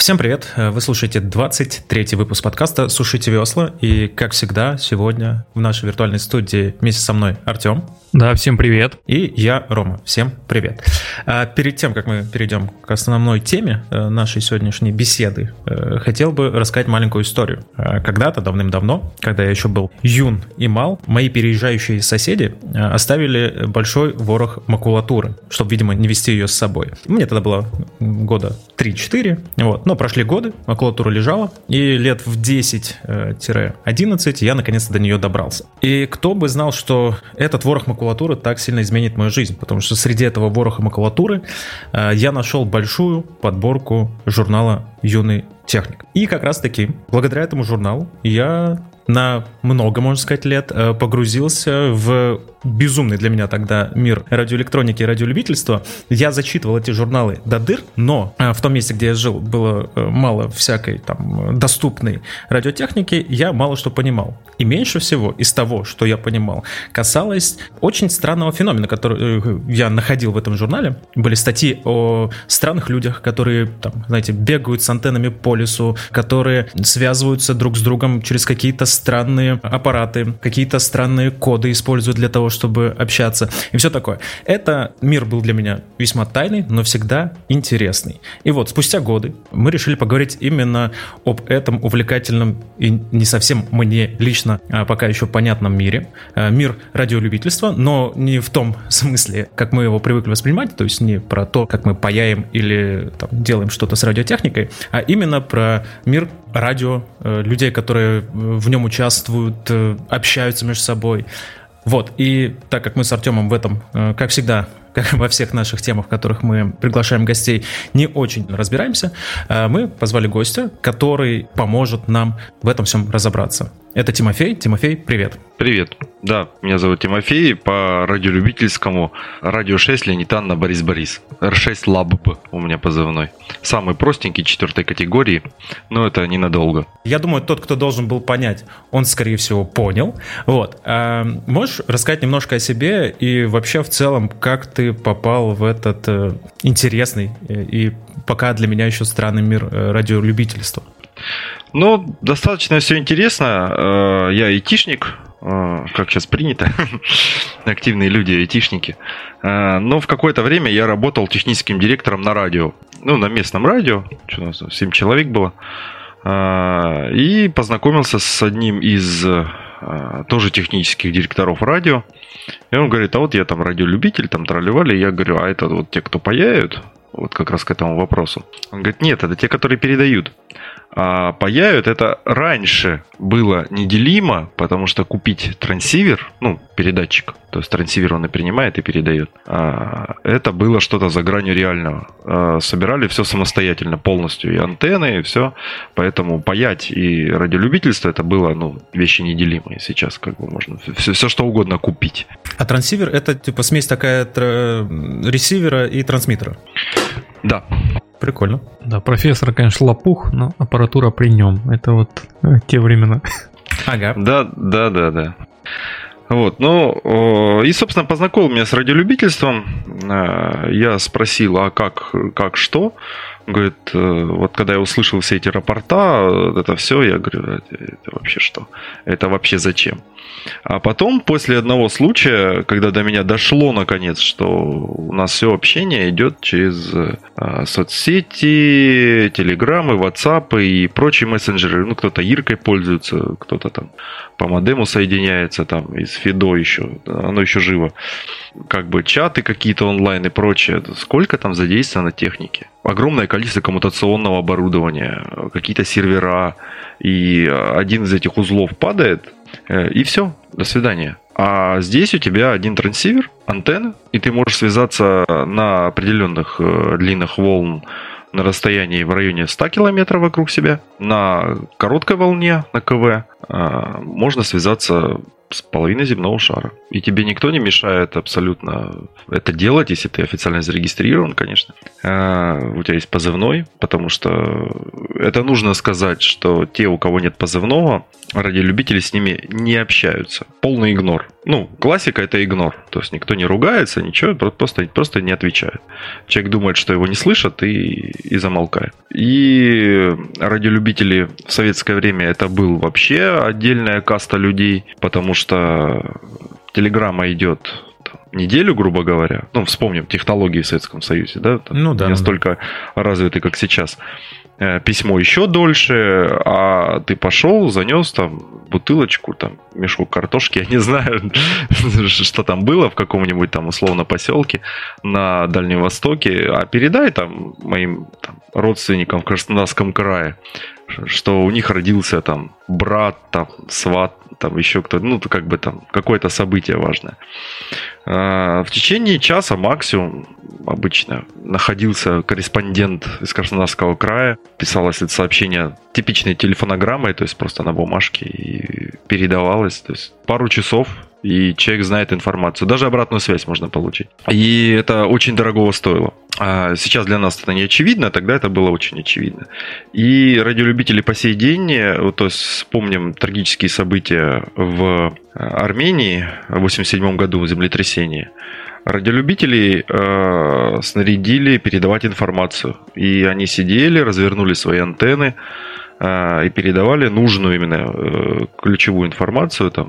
Всем привет! Вы слушаете 23-й выпуск подкаста «Сушите весла». И, как всегда, сегодня в нашей виртуальной студии вместе со мной Артем. Да, всем привет. И я, Рома. Всем привет. Перед тем, как мы перейдем к основной теме нашей сегодняшней беседы, хотел бы рассказать маленькую историю. Когда-то, давным-давно, когда я еще был юн и мал, мои переезжающие соседи оставили большой ворох макулатуры, чтобы, видимо, не везти ее с собой. Мне тогда было года 3-4, вот. Но прошли годы, макулатура лежала, и лет в 10-11 я наконец-то до нее добрался. И кто бы знал, что этот ворох макулатуры так сильно изменит мою жизнь, потому что среди этого вороха макулатуры я нашел большую подборку журнала «Юный техник». И как раз-таки, благодаря этому журналу, я на много, можно сказать, лет погрузился в безумный для меня тогда мир радиоэлектроники и радиолюбительства. Я зачитывал эти журналы до дыр, но в том месте, где я жил, было мало всякой там доступной радиотехники, я мало что понимал. И меньше всего из того, что я понимал, касалось очень странного феномена, который я находил в этом журнале. Были статьи о странных людях, которые, там, знаете, бегают с антеннами по лесу, которые связываются друг с другом через какие-то странные аппараты, какие-то странные коды используют для того, чтобы общаться и все такое. Это мир был для меня весьма тайный, но всегда интересный. И вот спустя годы мы решили поговорить именно об этом увлекательном и не совсем мне лично пока еще понятном мире. Мир радиолюбительства, но не в том смысле, как мы его привыкли воспринимать, то есть не про то, как мы паяем или там, делаем что-то с радиотехникой, а именно про мир радио, людей, которые в нем участвуют, общаются между собой. Вот, и так как мы с Артемом в этом, как всегда, как во всех наших темах, в которых мы приглашаем гостей, не очень разбираемся, мы позвали гостя, который поможет нам в этом всем разобраться. Это Тимофей. Тимофей, привет. Привет. Да, меня зовут Тимофей, по радиолюбительскому радио 6 Леонид Анна Борис. R6 Lab у меня позывной. Самый простенький, 4 категории, но это ненадолго. Я думаю, тот, кто должен был понять, он, скорее всего, понял. Вот. Можешь рассказать немножко о себе и вообще в целом, как ты попал в этот интересный и пока для меня еще странный мир радиолюбительства? Ну, достаточно все интересно. Я айтишник, как сейчас принято. Активные люди, айтишники. Но в какое-то время я работал техническим директором на радио. Ну, на местном радио. Что у нас, 7 человек было. И познакомился с одним из тоже технических директоров радио. И он говорит, а вот я там радиолюбитель, там тролливали. Я говорю, а это вот те, кто паяют? Вот как раз к этому вопросу. Он говорит, нет, это те, которые передают. А паяют, это раньше было неделимо, потому что купить трансивер, ну, передатчик, то есть трансивер он и принимает, и передает, это было что-то за гранью реального. Собирали все самостоятельно, полностью, и антенны, и все. Поэтому паять и радиолюбительство это было, ну, вещи неделимые. Сейчас как бы можно все что угодно купить. А трансивер это типа смесь такая ресивера и трансмиттера? Да. Прикольно. Да, профессор, конечно, лопух, но аппаратура при нем. Это вот те времена. Ага. Да. Вот, ну, и, собственно, познакомил меня с радиолюбительством. Я спросил, а как что? Он говорит, вот когда я услышал все эти рапорта, это все, я говорю, это вообще что? Это вообще зачем? А потом, после одного случая, когда до меня дошло наконец, что у нас все общение идет через соцсети, телеграммы, ватсапы и прочие мессенджеры. Ну, кто-то Иркой пользуется, кто-то там по модему соединяется, там из Фидо еще, оно еще живо. Как бы чаты какие-то онлайн и прочее. Сколько там задействовано техники? Огромное количество коммутационного оборудования, какие-то сервера, и один из этих узлов падает, и все, до свидания. А здесь у тебя один трансивер, антенна, и ты можешь связаться на определенных длинных волн на расстоянии в районе 100 километров вокруг себя, на короткой волне, на КВ, можно связаться с половиной земного шара. И тебе никто не мешает абсолютно это делать, если ты официально зарегистрирован, конечно. У тебя есть позывной, потому что это нужно сказать, что те, у кого нет позывного, радиолюбители с ними не общаются. Полный игнор. Ну, классика — это игнор. То есть никто не ругается, ничего, просто не отвечает. Человек думает, что его не слышат, и замолкает. И радиолюбители в советское время это был вообще отдельная каста людей, потому что телеграмма идет неделю, грубо говоря. Ну, вспомним технологии в Советском Союзе, да? Не настолько развиты, как сейчас. Письмо еще дольше, а ты пошел, занес там бутылочку, там мешок картошки, я не знаю, что там было в каком-нибудь там условно поселке на Дальнем Востоке, а передай там моим там родственникам в Краснодарском крае, что у них родился там брат, там сват, там еще кто-то, ну, как бы там какое-то событие важное. В течение часа максимум обычно находился корреспондент из Краснодарского края, писалось это сообщение типичной телефонограммой, то есть просто на бумажке, и передавалось, то есть пару часов, и человек знает информацию. Даже обратную связь можно получить. И это очень дорого стоило. А сейчас для нас это не очевидно, тогда это было очень очевидно. И радиолюбители по сей день, то есть вспомним трагические события в Армении в 1987 году, в землетрясении. Радиолюбителей снарядили передавать информацию. И они сидели, развернули свои антенны и передавали нужную именно ключевую информацию там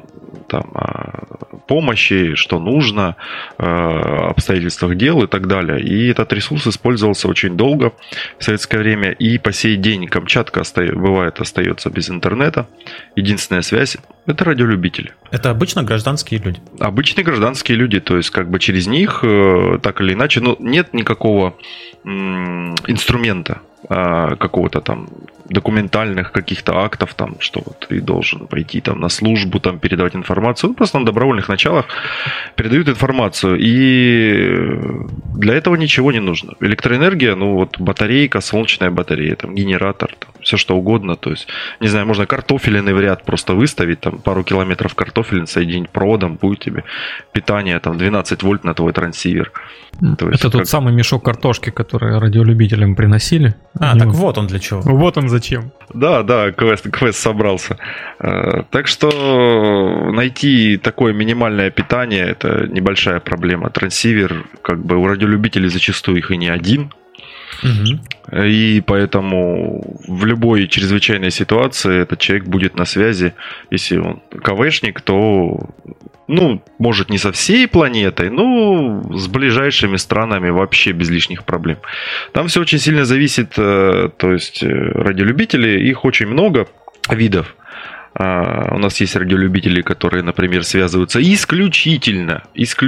о помощи, что нужно, обстоятельствах дел и так далее. И этот ресурс использовался очень долго в советское время. И по сей день Камчатка бывает остается без интернета. Единственная связь — это радиолюбители. Это обычно гражданские люди? Обычные гражданские люди. То есть как бы через них так или иначе, но нет никакого инструмента, какого-то там документальных каких-то актов, там, что вот ты должен пойти там на службу, там передавать информацию. Ну, просто на добровольных началах передают информацию. И для этого ничего не нужно. Электроэнергия, ну вот батарейка, солнечная батарея, там генератор, там, все что угодно. То есть, не знаю, можно картофелины в ряд просто выставить, там пару километров картофелин соединить проводом, будет тебе питание, там 12 вольт на твой трансивер. То есть, это тот самый мешок картошки, который радиолюбителям приносили. Так вот он для чего. Вот он зачем. Да, квест собрался. Так что найти такое минимальное питание — это небольшая проблема. Трансивер, как бы у радиолюбителей зачастую их и не один. Угу. И поэтому в любой чрезвычайной ситуации этот человек будет на связи. Если он КВшник, то может не со всей планетой, но с ближайшими странами вообще без лишних проблем. Там все очень сильно зависит, то есть радиолюбители, их очень много видов. У нас есть радиолюбители, которые, например, связываются исключительно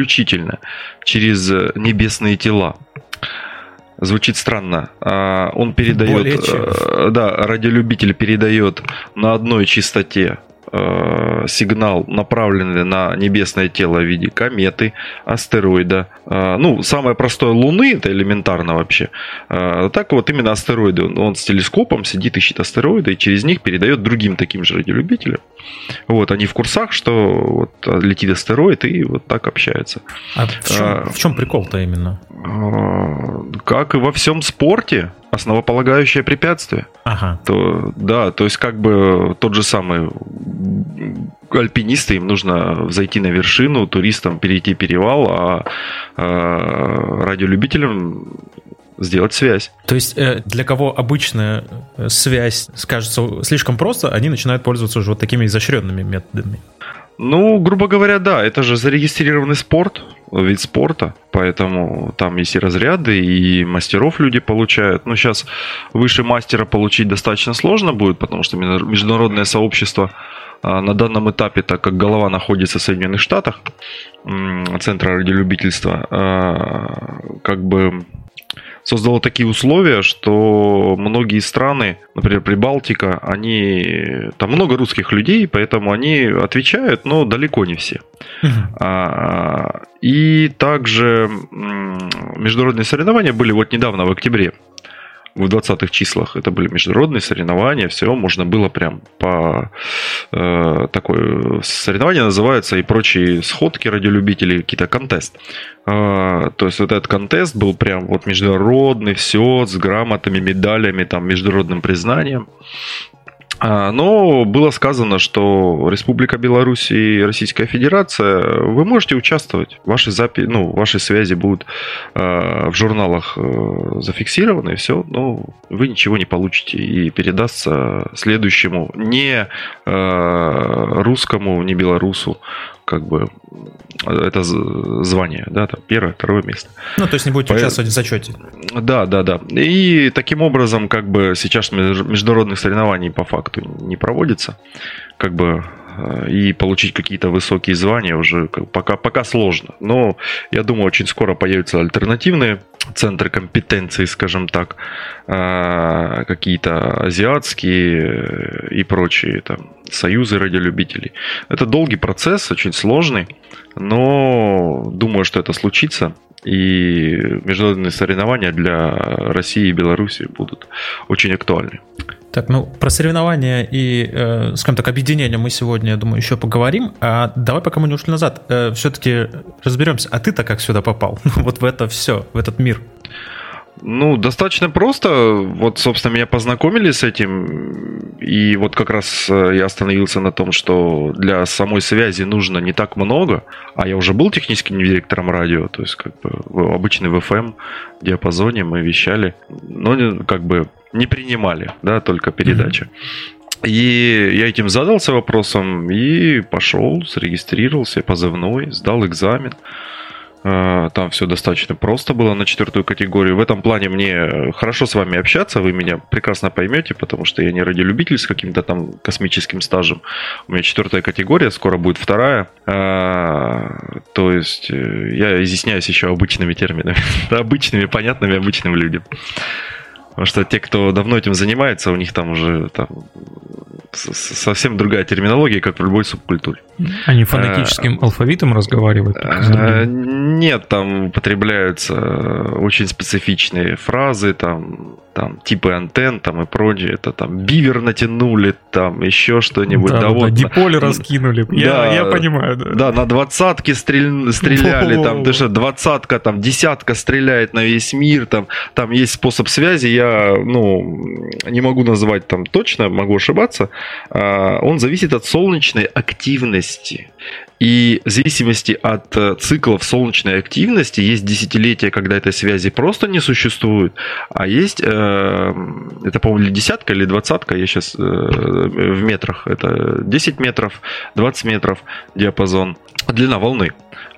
через небесные тела. Звучит странно. Он передает, радиолюбитель передает на одной частоте сигнал, направленный на небесное тело в виде кометы, астероида. Самое простое — Луны, это элементарно вообще. Так вот, именно астероиды. Он с телескопом сидит, ищет астероиды, и через них передает другим таким же радиолюбителям. Вот, они в курсах, что вот летит астероид, и вот так общаются. А в чем прикол-то именно? Как и во всем спорте, основополагающее препятствие. Ага. То есть как бы тот же самый альпинисты, им нужно взойти на вершину, туристам перейти перевал, а радиолюбителям сделать связь. То есть для кого обычная связь кажется слишком просто, они начинают пользоваться уже вот такими изощренными методами. Грубо говоря, да, это же зарегистрированный спорт, вид спорта, поэтому там есть и разряды, и мастеров люди получают. Сейчас выше мастера получить достаточно сложно будет, потому что международное сообщество на данном этапе, так как голова находится в Соединенных Штатах, центр радиолюбительства, как бы создало такие условия, что многие страны, например, Прибалтика, там много русских людей, поэтому они отвечают, но далеко не все. И также международные соревнования были вот недавно, в октябре. в 20-х числах. Это были международные соревнования, все, можно было прям по такое соревнование называется и прочие сходки радиолюбителей, какие-то контест. То есть вот этот контест был прям вот международный, все, с грамотами, медалями, там, международным признанием. Но было сказано, что Республика Беларусь и Российская Федерация, вы можете участвовать, ваши связи будут в журналах зафиксированы, и все, но вы ничего не получите и передастся следующему не русскому, не белорусу, как бы это звание, да, там первое, второе место. Ну, то есть не будете участвовать в зачете. Да. И таким образом, как бы сейчас международных соревнований по факту не проводится, как бы, и получить какие-то высокие звания уже пока сложно. Но я думаю, очень скоро появятся альтернативные центры компетенции, скажем так, какие-то азиатские и прочие там союзы радиолюбителей. Это долгий процесс, очень сложный, но думаю, что это случится. И международные соревнования для России и Беларуси будут очень актуальны. Так, про соревнования и, скажем так, объединение мы сегодня, я думаю, еще поговорим. А давай, пока мы не ушли назад, все-таки разберемся. А ты-то как сюда попал? Вот в это все, в этот мир. Достаточно просто. Вот, собственно, меня познакомили с этим. И вот как раз я остановился на том, что для самой связи нужно не так много. А я уже был техническим директором радио. То есть, как бы, обычный в FM диапазоне мы вещали. Но, как бы, не принимали, да, только передача. И я этим задался вопросом и пошел, зарегистрировался, позывной, сдал экзамен. Там все достаточно просто было на 4-ю категорию. В этом плане мне хорошо с вами общаться, вы меня прекрасно поймете, потому что я не радиолюбитель с каким-то там космическим стажем. У меня 4-я категория, скоро будет 2-я. То есть я изъясняюсь еще обычными терминами, обычными, понятными обычным людям. Потому что те, кто давно этим занимается, у них там уже совсем другая терминология, как в любой субкультуре. Они фонетическим алфавитом разговаривают? Нет, там употребляются очень специфичные фразы, там типы антенн, там и прочее. Это там бивер натянули, там еще что-нибудь. Да, диполь раскинули. Я понимаю. Да, на 20-ки стреляли, там, ты что, 20-ка, там, 10-ка стреляет на весь мир, там есть способ связи, я, не могу назвать там точно, могу ошибаться. Он зависит от солнечной активности. И в зависимости от циклов солнечной активности есть десятилетия, когда этой связи просто не существует, а есть, это, по-моему, или 10-ка, или 20-ка, я сейчас в метрах, это 10 метров, 20 метров диапазон, длина волны.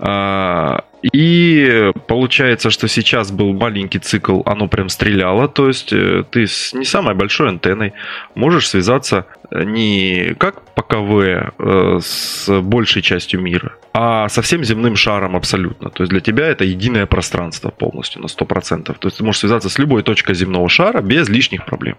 И получается, что сейчас был маленький цикл, оно прям стреляло, то есть ты с не самой большой антенной можешь связаться не как по КВ с большей частью мира, а со всем земным шаром абсолютно. То есть для тебя это единое пространство полностью на 100%. То есть ты можешь связаться с любой точкой земного шара без лишних проблем.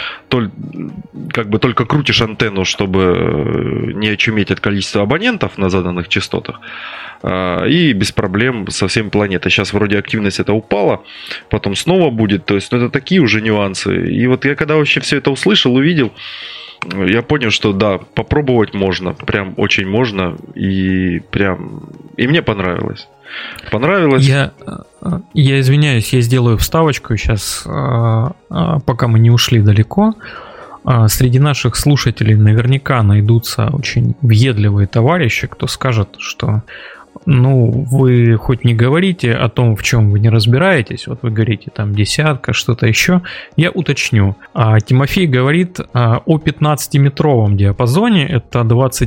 Только крутишь антенну, чтобы не очуметь от количества абонентов на заданных частотах, и без проблем со всеми планетой. Сейчас вроде активность это упала, потом снова будет. То есть это такие уже нюансы. И вот я когда вообще все это услышал, увидел, я понял, что да, попробовать можно, прям очень можно, и мне понравилось. Я извиняюсь, я сделаю вставочку сейчас, пока мы не ушли далеко. Среди наших слушателей наверняка найдутся очень въедливые товарищи, кто скажет, что вы хоть не говорите о том, в чем вы не разбираетесь, вот вы говорите там 10-ка, что-то еще, я уточню. Тимофей говорит о 15-метровом диапазоне, это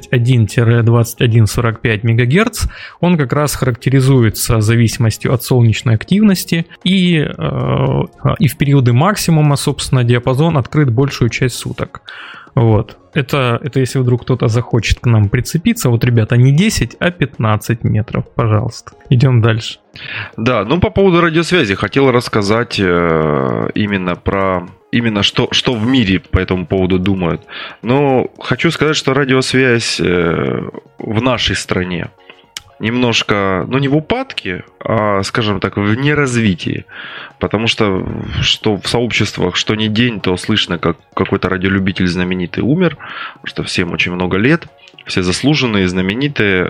21-2145 МГц, он как раз характеризуется зависимостью от солнечной активности, и в периоды максимума, собственно, диапазон открыт большую часть суток. Вот. Это если вдруг кто-то захочет к нам прицепиться. Вот, ребята, не 10, а 15 метров, пожалуйста. Идем дальше. Да, по поводу радиосвязи хотел рассказать именно что в мире по этому поводу думают. Но хочу сказать, что радиосвязь в нашей стране немножко, не в упадке, а, скажем так, в неразвитии. Потому что в сообществах, что ни день, то слышно, как какой-то радиолюбитель знаменитый умер, что всем очень много лет, все заслуженные, знаменитые,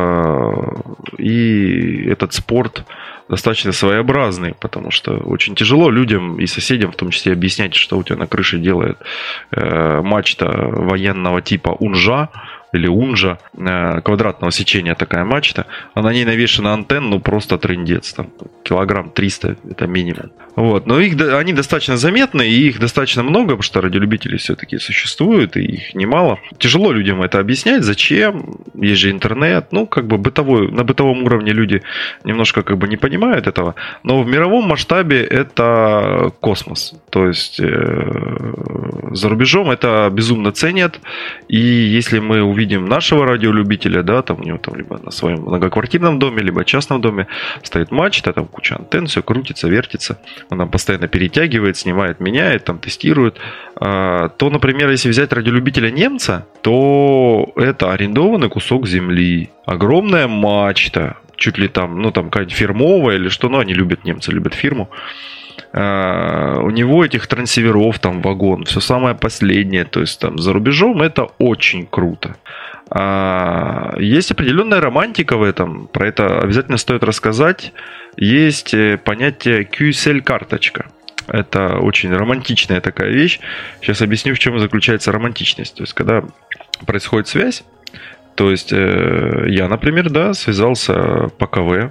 и этот спорт достаточно своеобразный, потому что очень тяжело людям и соседям, в том числе, объяснять, что у тебя на крыше делает мачта военного типа «Унжа», или «Унжа», квадратного сечения такая мачта, а на ней навешена антенна, просто трындец, там, килограмм 300, это минимум. Вот. Но они достаточно заметны, и их достаточно много, потому что радиолюбители все-таки существуют, и их немало. Тяжело людям это объяснять, зачем, есть же интернет, на бытовом уровне люди немножко не понимают этого, но в мировом масштабе это космос, то есть за рубежом это безумно ценят, и если мы увидим нашего радиолюбителя, да, там у него там либо на своем многоквартирном доме, либо частном доме стоит мачта, там куча антенн, все крутится, вертится, он там постоянно перетягивает, снимает, меняет, там тестирует, то, например, если взять радиолюбителя немца, то это арендованный кусок земли, огромная мачта, чуть ли там, какая-нибудь фирмовая или что, они любят, немцы любят фирму. У него этих трансиверов там вагон, все самое последнее, то есть там за рубежом это очень круто. Есть определенная романтика в этом, про это обязательно стоит рассказать. Есть понятие QSL-карточка. Это очень романтичная такая вещь. Сейчас объясню, в чем заключается романтичность. То есть, когда происходит связь, то есть я, например, связался по КВ,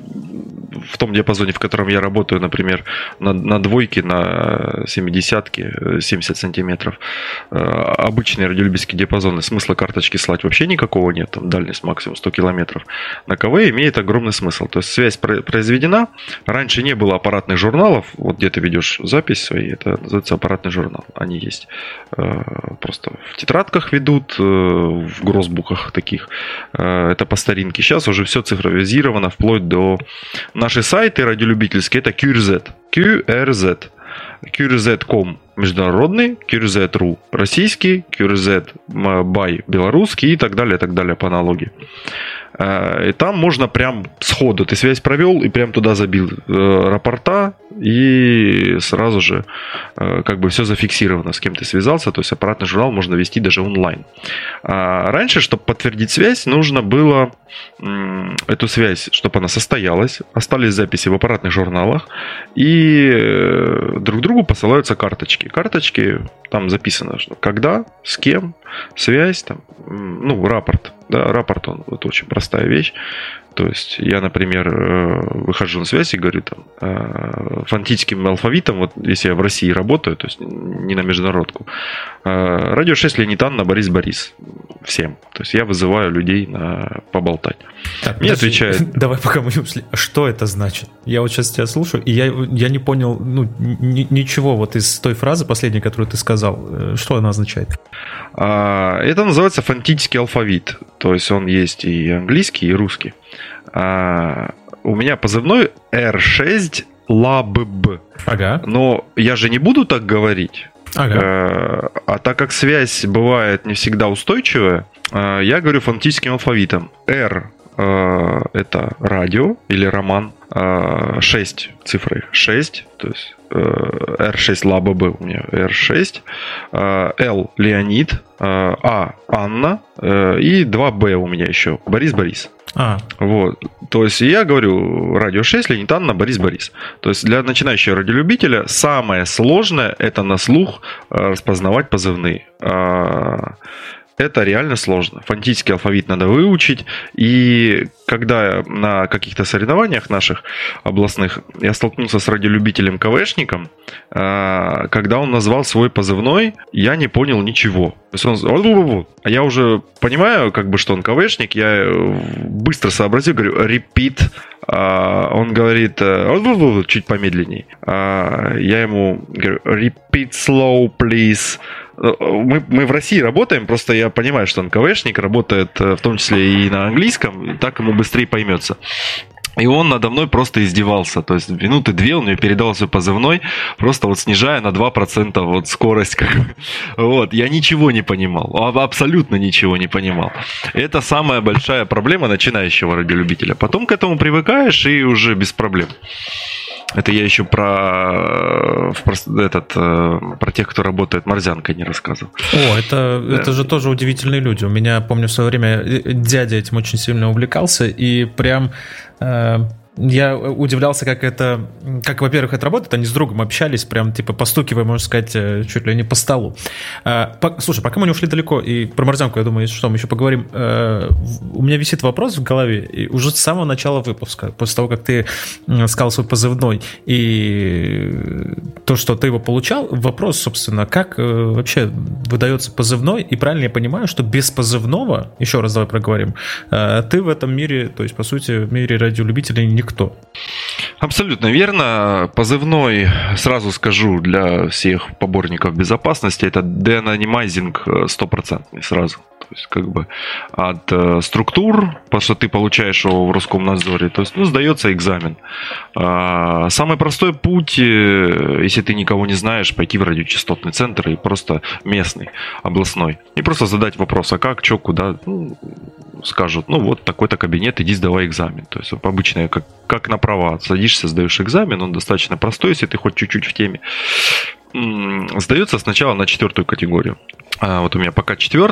в том диапазоне, в котором я работаю, например, на двойке, на 70-ке, 70 сантиметров. Обычный радиолюбительский диапазон, смысла карточки слать вообще никакого нет, там дальность максимум 100 километров. На КВ имеет огромный смысл. То есть связь произведена. Раньше не было аппаратных журналов. Вот где ты ведешь запись свои, это называется аппаратный журнал. Они есть. Просто в тетрадках ведут, в гроссбуках таких. Это по старинке. Сейчас уже все цифровизировано, вплоть до... Наши сайты радиолюбительские — это QRZ. QRZ. QRZ.com международный, QRZ.ru российский, QRZ by белорусский и так далее по аналогии. И там можно прям сходу, ты связь провел и прям туда забил рапорта, и сразу же все зафиксировано, с кем ты связался, то есть аппаратный журнал можно вести даже онлайн. Раньше, чтобы подтвердить связь, нужно было эту связь, чтобы она состоялась, остались записи в аппаратных журналах, и друг другу посылаются карточки. Карточки, там записано, что когда, с кем, связь, там, рапорт. Да, рапорт, это очень простая вещь. То есть я, например, выхожу на связь и говорю фонетическим алфавитом, вот если я в России работаю, то есть не на международку, радио 6 Леонид Анна, Борис. Всем. То есть я вызываю людей поболтать. Так, мне отвечают... Давай пока мы не ушли. Что это значит? Я вот сейчас тебя слушаю, и я не понял ничего вот из той фразы последней, которую ты сказал. Что она означает? Это называется фонетический алфавит. То есть он есть и английский, и русский. У меня позывной R6 LABB. Ага. Но я же не буду так говорить. Ага. А так как связь бывает не всегда устойчивая, я говорю фонетическим алфавитом. R это радио или роман, 6 цифры 6, то есть R6 LABB у меня R6, L Леонид, А Анна и 2B у меня еще Борис. Вот. То есть я говорю радио 6, Леонид Анна, Борис. То есть для начинающего радиолюбителя самое сложное — это на слух распознавать позывные. Это реально сложно. Фонетический алфавит надо выучить. И когда на каких-то соревнованиях наших областных я столкнулся с радиолюбителем КВшником, когда он назвал свой позывной, я не понял ничего. То есть он... А я уже понимаю, что он КВшник, я быстро сообразил, говорю, repeat. Он говорит, чуть помедленней. Я ему говорю, repeat slow, please. Мы в России работаем, просто я понимаю, что он КВшник, работает в том числе и на английском, и так ему быстрее поймется. И он надо мной просто издевался. То есть минуты 2 он мне передал свой позывной, просто вот снижая на 2% вот скорость. Вот. Я ничего не понимал. Абсолютно ничего не понимал. Это самая большая проблема начинающего радиолюбителя. Потом к этому привыкаешь и уже без проблем. Это я еще про тех, кто работает морзянкой, не рассказывал. Это же тоже удивительные люди. У меня, помню, в свое время дядя этим очень сильно увлекался, и прям... Я удивлялся, как, во-первых, это работает. Они с другом общались, прям, типа, постукивая, можно сказать, чуть ли не по столу. Слушай, пока мы не ушли далеко, и про морзянку, я думаю, если что, мы еще поговорим. У меня висит вопрос в голове, и уже с самого начала выпуска, после того, как ты сказал свой позывной, и то, что ты его получал, вопрос, собственно, как вообще выдается позывной, и правильно я понимаю, что без позывного, еще раз давай проговорим, ты в этом мире, то есть, по сути, в мире радиолюбителей никто. Абсолютно верно. Позывной, сразу скажу для всех поборников безопасности, это деанонимайзинг 100% сразу. То есть как бы от структур, потому что ты получаешь его в Роскомнадзоре, то есть сдается экзамен. Самый простой путь, если ты никого не знаешь, пойти в радиочастотный центр и просто местный, областной. И просто задать вопрос, а как, что, куда, скажут, вот такой-то кабинет, иди сдавай экзамен. То есть обычно как на права, садишься, сдаешь экзамен, он достаточно простой, если ты хоть чуть-чуть в теме. Сдается сначала на 4-ю категорию. Вот у меня пока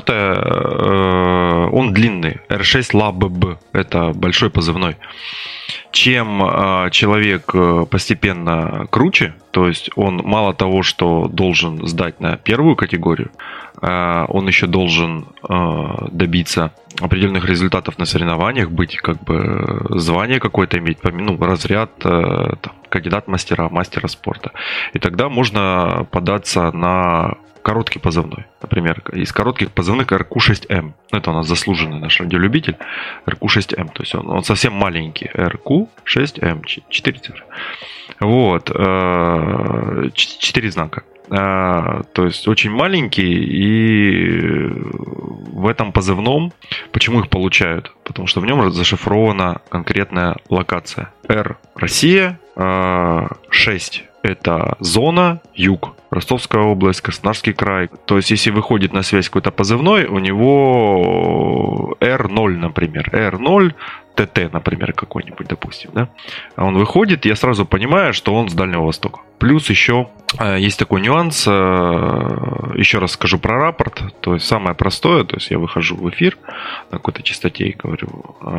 4-я, он длинный, R6 LABB, это большой позывной. Чем человек постепенно круче, то есть он мало того, что должен сдать на 1-ю категорию, он еще должен добиться определенных результатов на соревнованиях, быть как бы звание какое-то иметь, разряд кандидат мастера спорта. И тогда можно податься на короткий позывной. Например, из коротких позывных RQ6M. Это у нас заслуженный наш радиолюбитель. RQ6M. То есть он совсем маленький. RQ6M. 4 цифры. Вот. 4 знака. То есть очень маленький, и в этом позывном, почему их получают? Потому что в нем зашифрована конкретная локация. R – Россия, 6 – это зона, юг, Ростовская область, Краснодарский край. То есть если выходит на связь какой-то позывной, у него R0, например, R0, ТТ, например, какой-нибудь, допустим, да? А он выходит, я сразу понимаю, что он с Дальнего Востока. Плюс еще есть такой нюанс, еще раз скажу про рапорт, то есть самое простое, то есть я выхожу в эфир на какой-то частоте и говорю,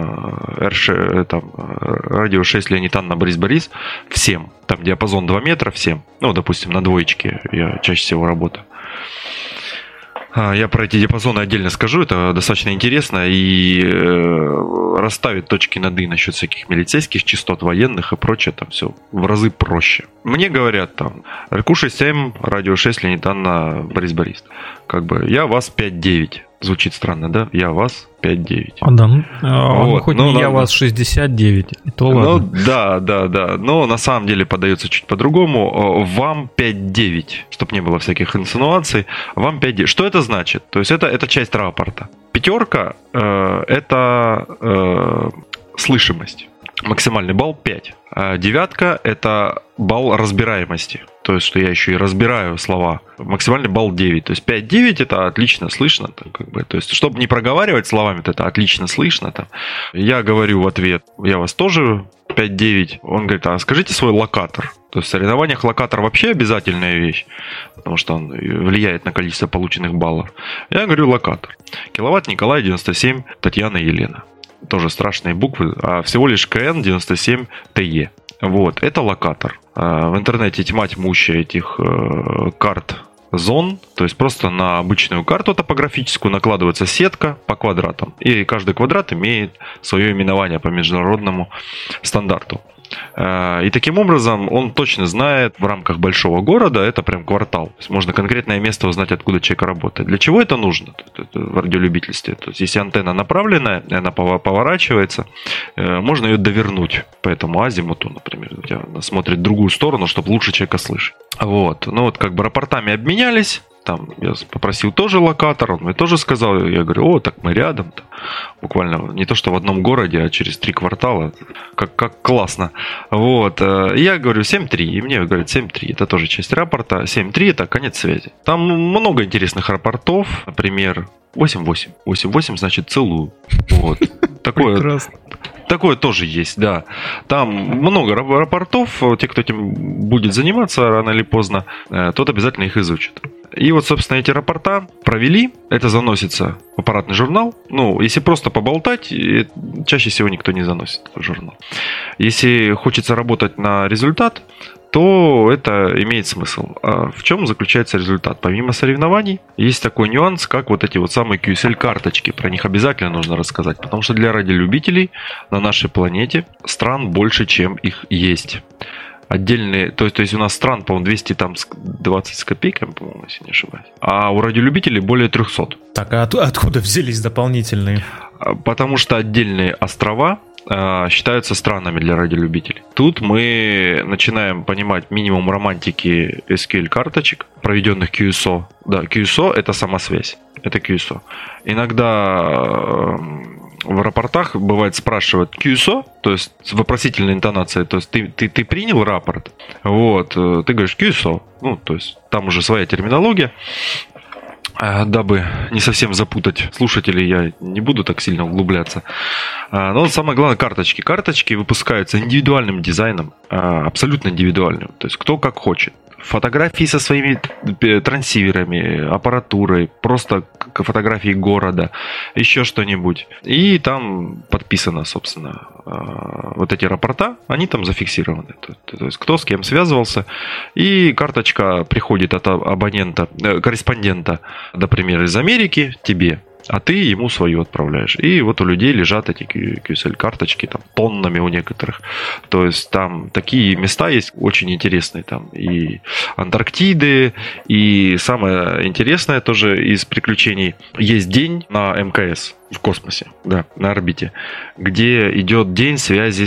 радио 6 Леонид Анна Борис, всем, там диапазон 2 метра, всем, допустим, на двоечке я чаще всего работаю. Я про эти диапазоны отдельно скажу, это достаточно интересно и расставить точки над «и» насчет всяких милицейских частот, военных и прочее, там все в разы проще. Мне говорят там, RQ6M, радио 6, Леонид Анна, Борис. Как бы я вас 5-9. Звучит странно, да? Я вас 5-9. Я вас 69. И то ладно. Да. Но на самом деле подается чуть по-другому. Вам 5-9. Чтобы не было всяких инсинуаций. Вам 5-9. Что это значит? То есть это часть рапорта. 5 это слышимость. Максимальный балл 5. 9 это балл разбираемости. То есть, что я еще и разбираю слова. Максимальный балл 9. То есть 5-9 это отлично слышно. То есть, чтобы не проговаривать словами, это отлично слышно. Я говорю в ответ, я вас тоже 5-9. Он говорит, а скажите свой локатор. То есть в соревнованиях локатор вообще обязательная вещь, потому что он влияет на количество полученных баллов. Я говорю локатор. Киловатт Николай 97, Татьяна Елена. Тоже страшные буквы, а всего лишь КН 97 ТЕ. Вот, это локатор. В интернете тьма тьмущая этих карт зон, то есть просто на обычную карту топографическую накладывается сетка по квадратам, и каждый квадрат имеет свое именование по международному стандарту. И таким образом он точно знает в рамках большого города, это прям квартал. То есть можно конкретное место узнать, откуда человек работает. Для чего это нужно в радиолюбительстве? То есть если антенна направленная, и она поворачивается, можно ее довернуть по этому азимуту, например. Она смотрит в другую сторону, чтобы лучше человека слышать. Вот. Как бы рапортами обменялись. там я попросил тоже локатор, он мне тоже сказал, я говорю, так мы рядом, буквально не то что в одном городе, а через 3 квартала, как классно. Вот, я говорю 7.3, и мне говорят 7.3, это тоже часть рапорта, 7.3 это конец связи. Там много интересных рапортов, например, 8.8, 8.8 значит целую, вот, Такое тоже есть, да. Там много рапортов, те, кто этим будет заниматься рано или поздно, тот обязательно их изучит. И вот, собственно, эти рапорта провели, это заносится в аппаратный журнал. Ну, если просто поболтать, чаще всего никто не заносит в журнал. Если хочется работать на результат, то это имеет смысл. А в чем заключается результат? Помимо соревнований, есть такой нюанс, как вот эти вот самые QSL-карточки. Про них обязательно нужно рассказать, потому что для радиолюбителей на нашей планете стран больше, чем их есть. Отдельные, то есть у нас стран, по-моему, 220 с копейками, по-моему, если не ошибаюсь. А у радиолюбителей более 300. Так, а откуда взялись дополнительные? Потому что отдельные острова считаются странами для радиолюбителей. Тут мы начинаем понимать минимум романтики SQL-карточек, проведенных QSO. Да, QSO — это самосвязь. Это QSO. Иногда в рапортах бывает спрашивают QSO, то есть с вопросительной интонацией, то есть ты принял рапорт, вот, ты говоришь QSO, ну, то есть там уже своя терминология. Дабы не совсем запутать слушателей, я не буду так сильно углубляться. Но самое главное, карточки. Карточки выпускаются индивидуальным дизайном, абсолютно индивидуальным. То есть кто как хочет. Фотографии со своими трансиверами, аппаратурой, просто фотографии города, еще что-нибудь. И там подписано, собственно, вот эти рапорта, они там зафиксированы. То есть кто с кем связывался. И карточка приходит от абонента, корреспондента, например, из Америки тебе, а ты ему свою отправляешь. И вот у людей лежат эти QSL-карточки там тоннами у некоторых. То есть там такие места есть очень интересные. Там и Антарктиды, и самое интересное тоже из приключений. Есть день на МКС в космосе, да, на орбите, где идет день связи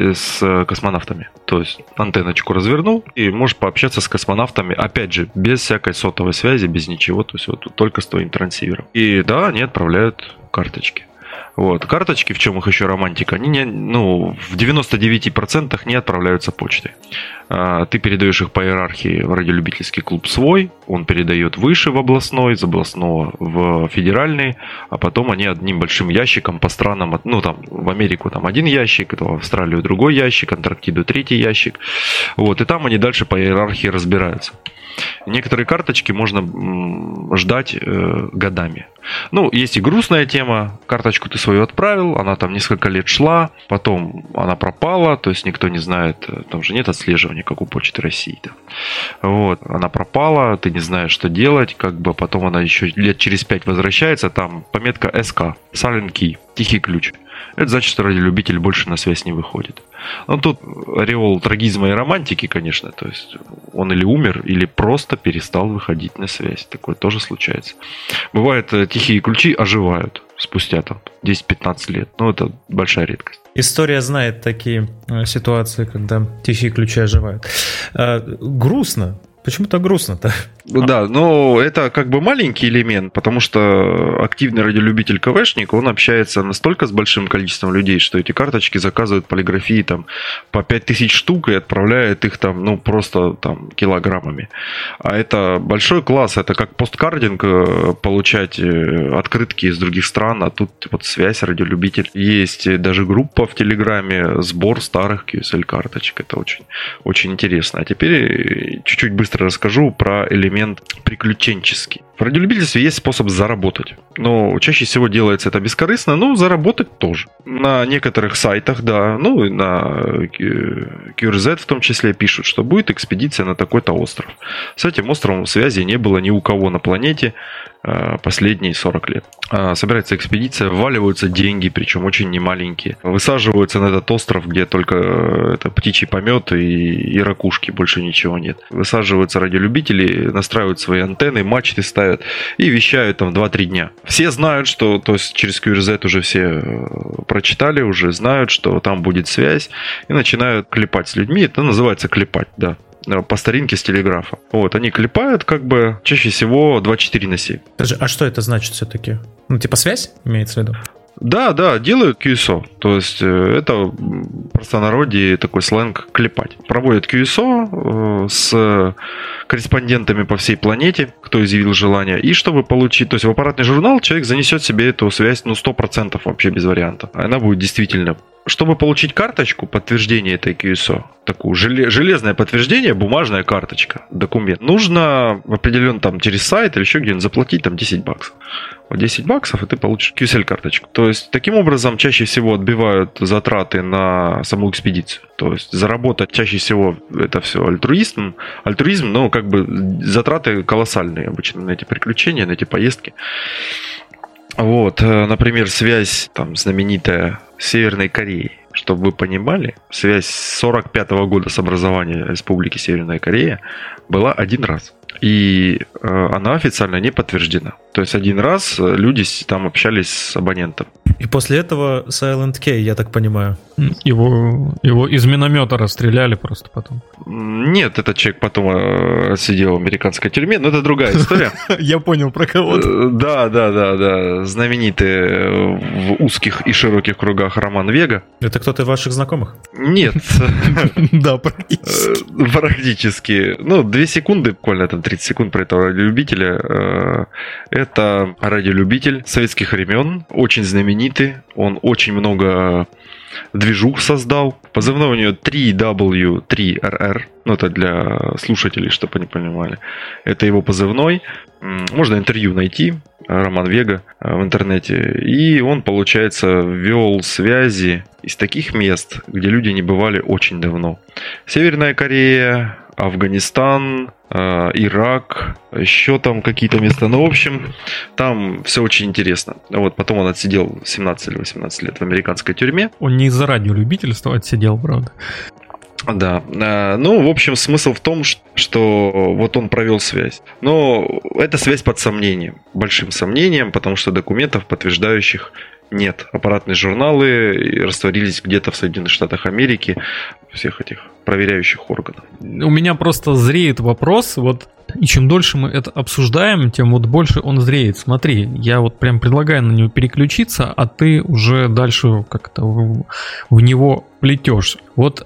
с космонавтами. То есть антенночку развернул и можешь пообщаться с космонавтами, опять же, без всякой сотовой связи, без ничего, то есть вот только с твоим трансивером. И да, они отправляют карточки. Вот. Карточки, в чем их еще романтика, они в 99% не отправляются почтой. Ты передаешь их по иерархии в радиолюбительский клуб свой, он передает выше в областной, из областного в федеральный, а потом они одним большим ящиком по странам, там в Америку там один ящик, в Австралию другой ящик, Антарктиду третий ящик. Вот. И там они дальше по иерархии разбираются. Некоторые карточки можно ждать годами. Есть и грустная тема. Карточку ты свою отправил, она там несколько лет шла, потом она пропала, то есть никто не знает, там же нет отслеживания, как у Почты России. Да. Вот, она пропала, ты не знаешь, что делать, потом она еще лет через 5 возвращается, там пометка SK, Silent Key, тихий ключ. Это значит, что радиолюбитель больше на связь не выходит. Тут ореол трагизма и романтики, конечно. То есть он или умер, или просто перестал выходить на связь. Такое тоже случается. Бывает, тихие ключи оживают спустя 10-15 лет. Это большая редкость. История знает такие ситуации, когда тихие ключи оживают. Грустно. Почему так грустно-то? Да, это маленький элемент, потому что активный радиолюбитель КВшник, он общается настолько с большим количеством людей, что эти карточки заказывают полиграфии там по 5000 штук и отправляют их просто килограммами. А это большой класс, это как посткардинг получать открытки из других стран, а тут вот связь, радиолюбитель. Есть даже группа в Телеграме, сбор старых QSL-карточек, это очень, очень интересно. А теперь чуть-чуть быстро расскажу про элемент приключенческий. В радиолюбительстве есть способ заработать. Но чаще всего делается это бескорыстно, но заработать тоже. На некоторых сайтах, да, и на QRZ в том числе пишут, что будет экспедиция на такой-то остров. С этим островом связи не было ни у кого на планете последние 40 лет. Собирается экспедиция, вваливаются деньги, причем очень немаленькие. Высаживаются на этот остров, где только птичий помет и ракушки, больше ничего нет. Высаживаются радиолюбители, настраивают свои антенны, мачты ставят и вещают там 2-3 дня. Все знают, что, то есть через QRZ уже все прочитали, уже знают, что там будет связь, и начинают клепать с людьми. Это называется клепать, да. по старинке с телеграфа. Вот, они клепают как бы чаще всего 24/7. А что это значит все-таки? Ну, типа связь имеется в виду? Да, делают QSO. То есть это в простонародье такой сленг клепать. Проводят QSO с корреспондентами по всей планете, кто изъявил желание. И чтобы получить, то есть в аппаратный журнал человек занесет себе эту связь, 100% вообще без вариантов. Она будет действительно. Чтобы получить карточку подтверждения этой QSO, такую железное подтверждение, бумажная карточка, документ, нужно определенно там через сайт или еще где-нибудь заплатить там $10. Вот $10 и ты получишь QSL-карточку. То есть таким образом чаще всего отбивают затраты на саму экспедицию. То есть заработать чаще всего это все альтруизм, но как бы затраты колоссальные обычно на эти приключения, на эти поездки. Вот, например, связь там знаменитая с Северной Кореей. Чтобы вы понимали, связь с 1945 года с образования Республики Северная Корея была один раз. И она официально не подтверждена. То есть один раз люди там общались с абонентом. И после этого Silent K, я так понимаю. Его из миномета расстреляли просто потом. Нет, этот человек потом сидел в американской тюрьме, но это другая история. Я понял про кого-то. Да. Знаменитый в узких и широких кругах Роман Вега. Это кто-то из ваших знакомых? Нет. Да, практически. Практически. 2 секунды, буквально там 30 секунд про этого радиолюбителя. Это радиолюбитель советских времен, очень знаменитый. Он очень много движух создал. Позывной у него 3W3RR. Это для слушателей, чтобы они понимали. Это его позывной. Можно интервью найти. Роман Вега в интернете. И он, получается, вел связи из таких мест, где люди не бывали очень давно. Северная Корея, Афганистан, Ирак, еще там какие-то места. В общем, там все очень интересно. Вот потом он отсидел 17 или 18 лет в американской тюрьме. Он не из-за радиолюбительства отсидел, правда. Да. В общем, смысл в том, что вот он провел связь. Но эта связь под сомнением. Большим сомнением, потому что документов, подтверждающих, нет. Аппаратные журналы растворились где-то в Соединенных Штатах Америки, всех этих проверяющих органов. У меня просто зреет вопрос, и чем дольше мы это обсуждаем, тем больше он зреет. Смотри, я прям предлагаю на него переключиться, а ты уже дальше как-то в него плетешь.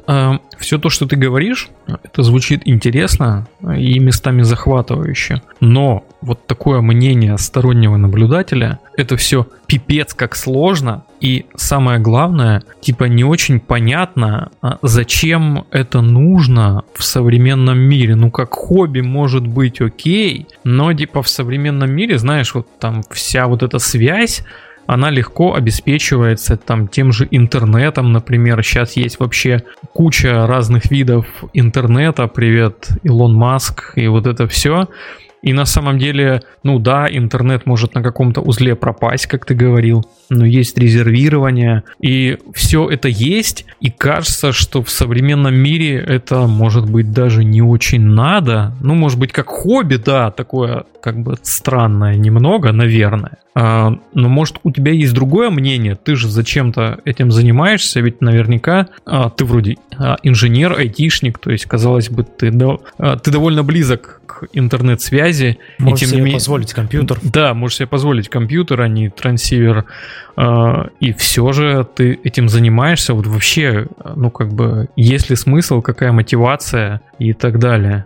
Все то, что ты говоришь, это звучит интересно и местами захватывающе. Но такое мнение стороннего наблюдателя, это все пипец как сложно. И самое главное, не очень понятно, зачем это нужно в современном мире. Как хобби может быть окей, но в современном мире, знаешь, там вся эта связь, она легко обеспечивается тем же интернетом, например. Сейчас есть вообще куча разных видов интернета. Привет, Илон Маск, и это все. И на самом деле, интернет может на каком-то узле пропасть, как ты говорил, но есть резервирование, и все это есть, и кажется, что в современном мире это, может быть, даже не очень надо, может быть, как хобби, да, такое как бы странное немного, наверное, но, может, у тебя есть другое мнение, ты же зачем-то этим занимаешься, ведь наверняка ты вроде инженер, айтишник, то есть, казалось бы, ты довольно близок к интернет-связи. Можешь себе позволить компьютер. Да, можешь себе позволить компьютер, а не трансивер. И все же ты этим занимаешься. Вообще, есть ли смысл, какая мотивация и так далее?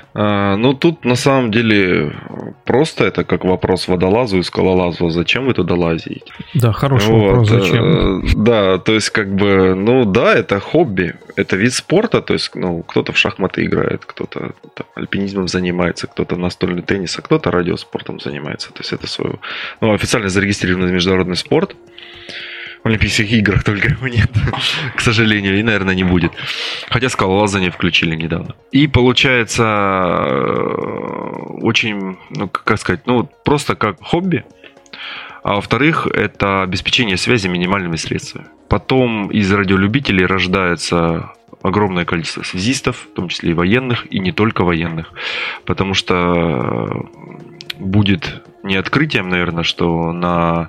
Тут на самом деле просто это как вопрос водолазу и скалолазу. Зачем вы туда лазите? Да, хороший вопрос. Зачем? Да, то есть это хобби, это вид спорта. То есть, кто-то в шахматы играет, кто-то альпинизмом занимается, кто-то настольный теннис, а кто-то радиоспортом занимается. То есть это свой официально зарегистрированный международный спорт. В Олимпийских играх только его нет, к сожалению, и, наверное, не будет. Хотя скалолазание включили недавно. И получается очень, просто как хобби. А во-вторых, это обеспечение связи минимальными средствами. Потом из радиолюбителей рождается огромное количество связистов, в том числе и военных, и не только военных. Потому что будет не открытием, наверное, что на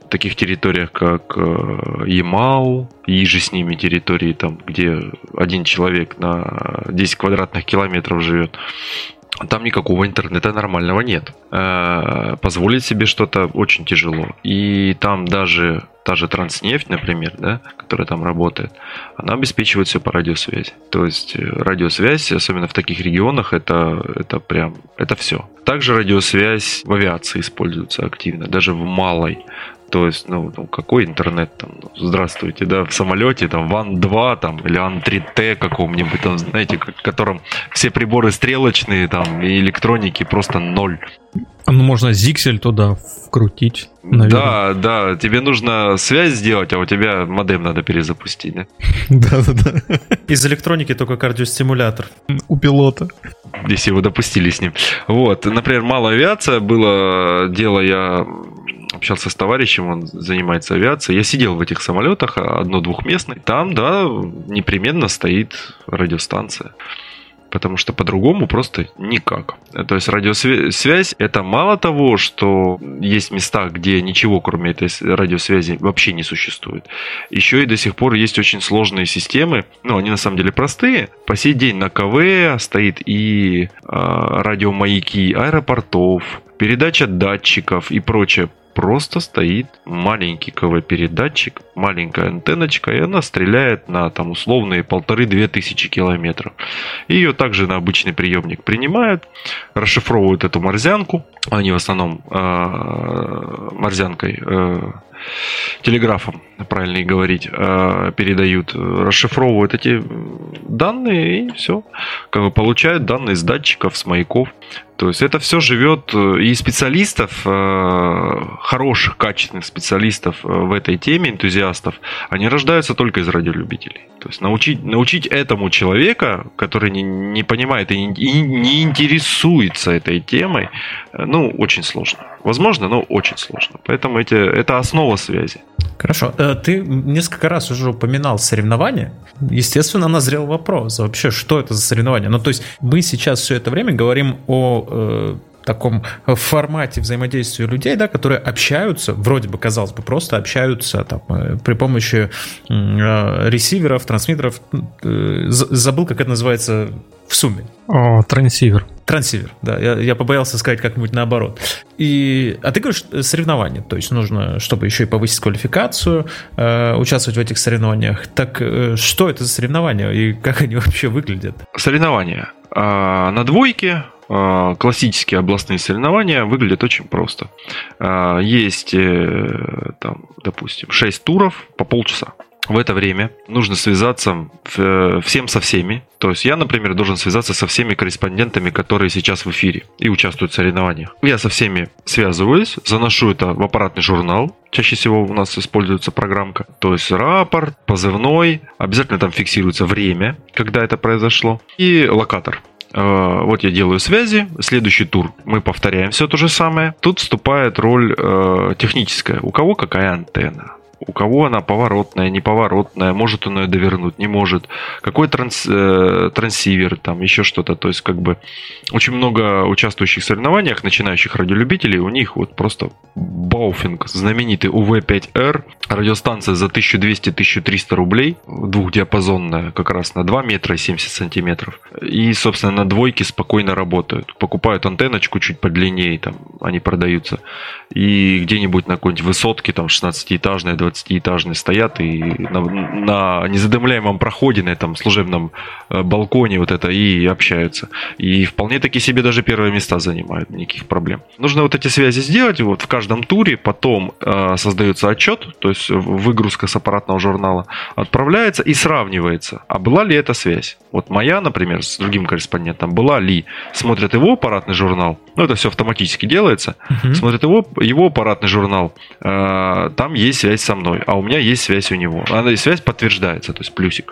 таких территориях, как Ямал, и же с ними территории, там, где один человек на 10 квадратных километров живет, там никакого интернета нормального нет. Позволить себе что-то очень тяжело. И там даже та же Транснефть, например, да, которая там работает, она обеспечивает все по радиосвязи. То есть радиосвязь, особенно в таких регионах, это все. Также радиосвязь в авиации используется активно, даже в малой. То есть, какой интернет там? Здравствуйте, да, в самолете, там, ВАН-2, там, или АН-3Т каком-нибудь, там, знаете, в котором все приборы стрелочные, там, и электроники просто ноль. Можно зиксель туда вкрутить, наверное. Да, тебе нужно связь сделать, а у тебя модем надо перезапустить, да? Да. Из электроники только кардиостимулятор. У пилота. Если его допустили с ним. Вот, например, малая авиация, было дело, я общался с товарищем, он занимается авиацией. Я сидел в этих самолетах, одно-двухместных. Там, да, непременно стоит радиостанция. Потому что по-другому просто никак. То есть радиосвязь, это мало того, что есть места, где ничего кроме этой радиосвязи вообще не существует. Еще и до сих пор есть очень сложные системы. Они на самом деле простые. По сей день на КВ стоит и радиомаяки аэропортов, передача датчиков и прочее. Просто стоит маленький КВ-передатчик, маленькая антенночка, и она стреляет на там условные 1500-2000 километров. Ее также на обычный приемник принимают, расшифровывают эту морзянку. Они в основном морзянкой, телеграфом, правильно и говорить, передают, расшифровывают эти данные и все. Получают данные с датчиков, с маяков. То есть это все живет, и специалистов, хороших, качественных специалистов в этой теме, энтузиастов, они рождаются только из радиолюбителей. То есть научить этому человека, который не понимает и не интересуется этой темой, очень сложно. Возможно, но очень сложно. Поэтому это основа связи. Хорошо. Ты несколько раз уже упоминал соревнования. Естественно, назрел вопрос. Вообще, что это за соревнования? То есть мы сейчас все это время говорим о таком формате взаимодействия людей, да, которые общаются, вроде бы, казалось бы, просто общаются там, при помощи ресиверов, трансмиттеров. Забыл, как это называется в сумме. Трансивер. Трансивер, да. Я побоялся сказать как-нибудь наоборот. А ты говоришь соревнования, то есть нужно, чтобы еще и повысить квалификацию, участвовать в этих соревнованиях. Так что это за соревнования и как они вообще выглядят? Соревнования на двойке. Классические областные соревнования выглядят очень просто. Есть, там, допустим, 6 туров по полчаса. В это время нужно связаться всем со всеми. То есть я, например, должен связаться со всеми корреспондентами, которые сейчас в эфире и участвуют в соревнованиях. Я со всеми связываюсь, заношу это в аппаратный журнал. Чаще всего у нас используется программка. То есть рапорт, позывной. Обязательно там фиксируется время, когда это произошло. И локатор. Вот я делаю связи, следующий тур мы повторяем все то же самое. Тут вступает роль техническая. У кого какая антенна? У кого она поворотная, неповоротная, может он ее довернуть, не может. Какой трансивер, там еще что-то. То есть, очень много участвующих в соревнованиях, начинающих радиолюбителей, у них вот просто Baofeng, знаменитый UV5R, радиостанция за 1200-1300 рублей, двухдиапазонная, как раз на 2 метра и 70 сантиметров. И, собственно, на двойке спокойно работают. Покупают антенночку чуть подлиннее, там они продаются. И где-нибудь на какой-нибудь высотке, там 16-этажной, 20-этажные стоят и на незадымляемом проходе, на этом служебном балконе вот это и общаются. И вполне таки себе даже первые места занимают, никаких проблем. Нужно вот эти связи сделать вот в каждом туре, потом создается отчет, то есть выгрузка с аппаратного журнала отправляется и сравнивается, а была ли эта связь. Вот моя, например, с другим корреспондентом была ли. Смотрят его аппаратный журнал, это все автоматически делается, смотрят его аппаратный журнал, там есть связь со мной, а у меня есть связь у него. Связь подтверждается, то есть плюсик.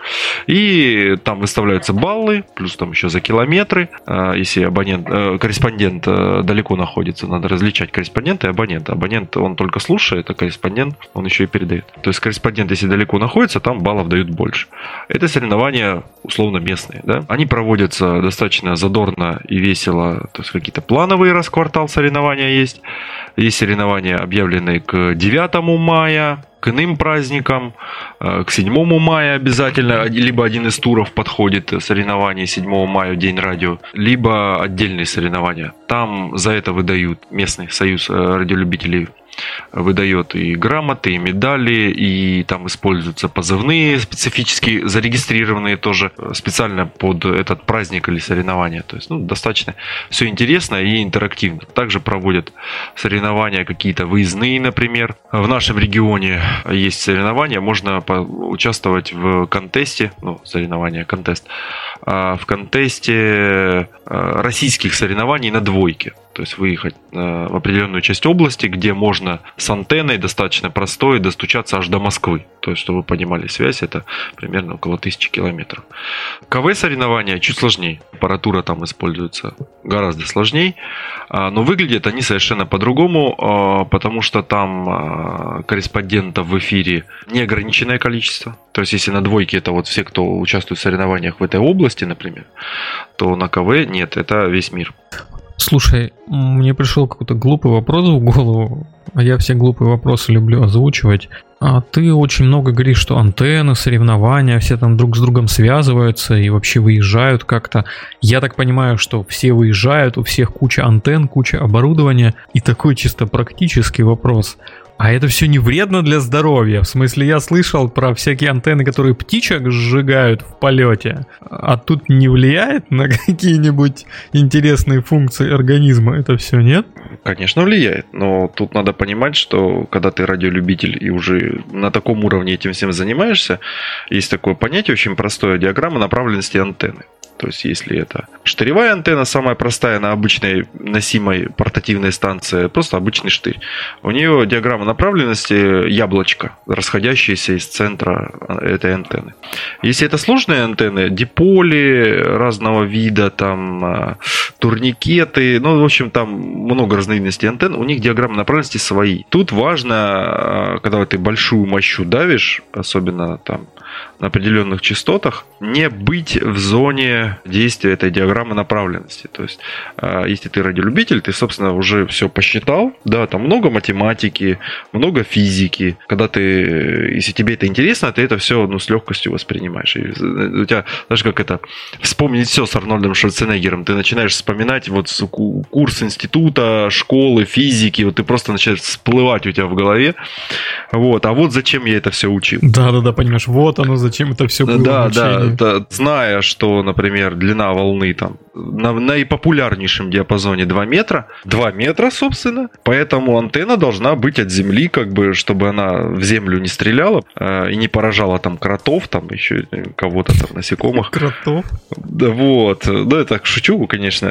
И там выставляются баллы, плюс там еще за километры. Если корреспондент далеко находится, надо различать корреспондента и абонента. Абонент, он только слушает, а корреспондент, он еще и передает. То есть корреспондент, если далеко находится, там баллов дают больше. Это соревнования условно местные, да? Они проводятся достаточно задорно и весело, то есть какие-то планы плановые раз в квартал соревнования есть. Есть соревнования, объявленные к 9 мая, к иным праздникам, к 7 мая обязательно, либо один из туров подходит соревнования 7 мая, День радио, либо отдельные соревнования. Там за это выдают, местный союз радиолюбителей выдает и грамоты, и медали, и там используются позывные специфически зарегистрированные тоже специально под этот праздник или соревнования. То есть, достаточно все интересно и интерактивно. Также проводят соревнования какие-то выездные, например. В нашем регионе есть соревнования, можно участвовать в контесте, контест, в контесте российских соревнований на двойке. То есть выехать в определенную часть области, где можно с антенной достаточно простой достучаться аж до Москвы. То есть, чтобы вы понимали, связь это примерно около 1000 километров. КВ-соревнования чуть сложнее. Аппаратура там используется гораздо сложнее. Но выглядят они совершенно по-другому, потому что там корреспондентов в эфире неограниченное количество. То есть, если на двойке это вот все, кто участвует в соревнованиях в этой области, например, то на КВ нет, это весь мир. Слушай, мне пришел какой-то глупый вопрос в голову, а я все глупые вопросы люблю озвучивать. А ты очень много говоришь, что антенны, соревнования, все там друг с другом связываются и вообще выезжают как-то. Я так понимаю, что все выезжают, у всех куча антенн, куча оборудования. И такой чисто практический вопрос. А это все не вредно для здоровья? В смысле, я слышал про всякие антенны, которые птичек сжигают в полете. А тут не влияет на какие-нибудь интересные функции организма? Это все нет? Конечно, влияет. Но тут надо понимать, что когда ты радиолюбитель и уже на таком уровне этим всем занимаешься, есть такое понятие очень простое — диаграмма направленности антенны. То есть, если это штыревая антенна, самая простая на обычной носимой портативной станции, просто обычный штырь. У нее диаграмма направленности яблочко, расходящееся из центра этой антенны. Если это сложные антенны, диполи разного вида, там турникеты, в общем, там много разновидностей антенн, у них диаграммы направленности свои. Тут важно, когда ты большую мощу давишь, особенно там на определенных частотах, не быть в зоне действия этой диаграммы направленности. То есть, если ты радиолюбитель, ты, собственно, уже все посчитал, да, там много математики, много физики. Когда ты, если тебе это интересно, ты это все, с легкостью воспринимаешь. И у тебя, знаешь, как это, вспомнить все с Арнольдом Шварценеггером, ты начинаешь вспоминать вот курс института, школы, физики, вот ты просто начинаешь всплывать у тебя в голове. Вот, а вот зачем я это все учил. Да, понимаешь, вот оно, зачем это все было. Да, зная, что, например, длина волны там на наипопулярнейшем диапазоне 2 метра. 2 метра, собственно. Поэтому антенна должна быть от земли, как бы, чтобы она в землю не стреляла и не поражала там кротов, там еще кого-то там, насекомых. Кротов? Да, вот. Да, я так шучу, конечно.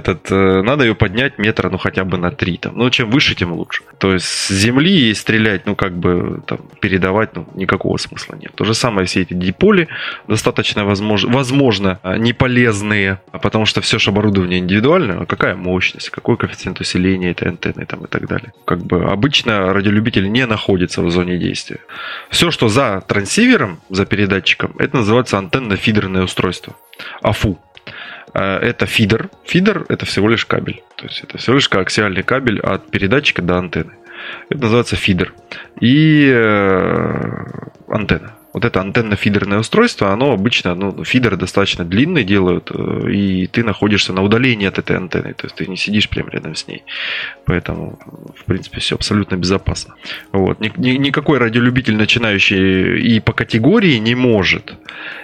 Надо ее поднять метра, хотя бы на 3. Там. Чем выше, тем лучше. То есть с земли стрелять, там, передавать, никакого смысла нет. То же самое все эти диполи достаточно возможно не полезные, потому что все же оборудование индивидуальное. А какая мощность, какой коэффициент усиления этой антенны там, и так далее. Обычно радиолюбитель не находится в зоне действия. Все, что за трансивером, за передатчиком, это называется антенно-фидерное устройство. АФУ. Это фидер. Фидер — это всего лишь кабель. То есть это всего лишь коаксиальный кабель от передатчика до антенны. Это называется фидер. И антенна. Вот это антенно-фидерное устройство, оно обычно, фидеры достаточно длинные делают, и ты находишься на удалении от этой антенны, то есть ты не сидишь прямо рядом с ней. Поэтому, в принципе, все абсолютно безопасно. Вот. Никакой радиолюбитель начинающий и по категории не может.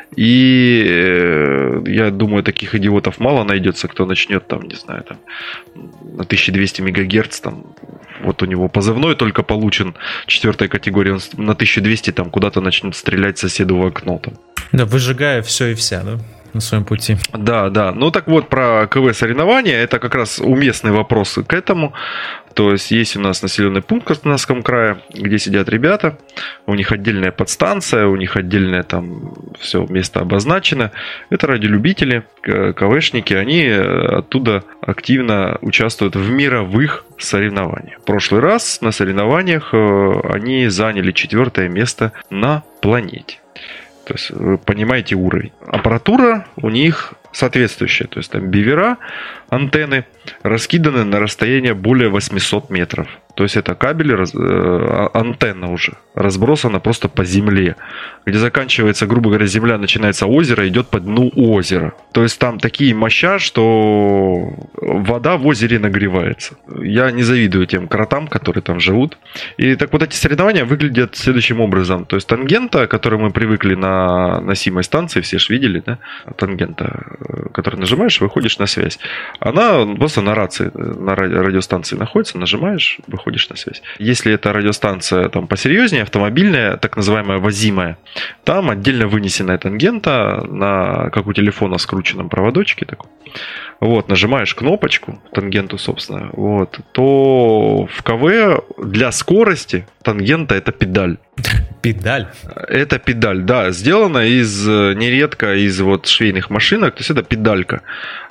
И я думаю, таких идиотов мало найдется, кто начнет там, не знаю, там на 1200 МГц, там, вот у него позывной только получен 4 категории, он на 1200 там куда-то начнет стрелять соседу в окно. Там. Да, выжигая все и вся, да? На своем пути. Да. Так вот, про КВ-соревнования, это как раз уместный вопрос к этому. То есть у нас населенный пункт в Краснодарском крае, где сидят ребята, у них отдельная подстанция, у них отдельное там все место обозначено. Это радиолюбители, КВшники, они оттуда активно участвуют в мировых соревнованиях. В прошлый раз на соревнованиях они заняли 4 место на планете. То есть вы понимаете уровень. Аппаратура у них соответствующая. То есть там бивера, антенны раскиданы на расстояние более 800 метров. То есть это кабели, антенна уже разбросана просто по земле. Где заканчивается, грубо говоря, земля, начинается озеро, идет по дну озера. То есть там такие моща, что вода в озере нагревается. Я не завидую тем кротам, которые там живут. И так вот эти соревнования выглядят следующим образом. То есть тангента, которую мы привыкли на носимой станции, все же видели, да? Тангента, которую нажимаешь, выходишь на связь. Она просто на рации, на радиостанции находится, нажимаешь, выходишь на связь. Если это радиостанция там посерьезнее, автомобильная, так называемая возимая, там отдельно вынесенная тангента, как у телефона в скрученном проводочке такой. Вот, нажимаешь кнопочку, тангенту, собственно, вот, то в КВ для скорости тангента это педаль. Педаль? Это педаль, да, сделана нередко из вот швейных машинок, то есть это педалька.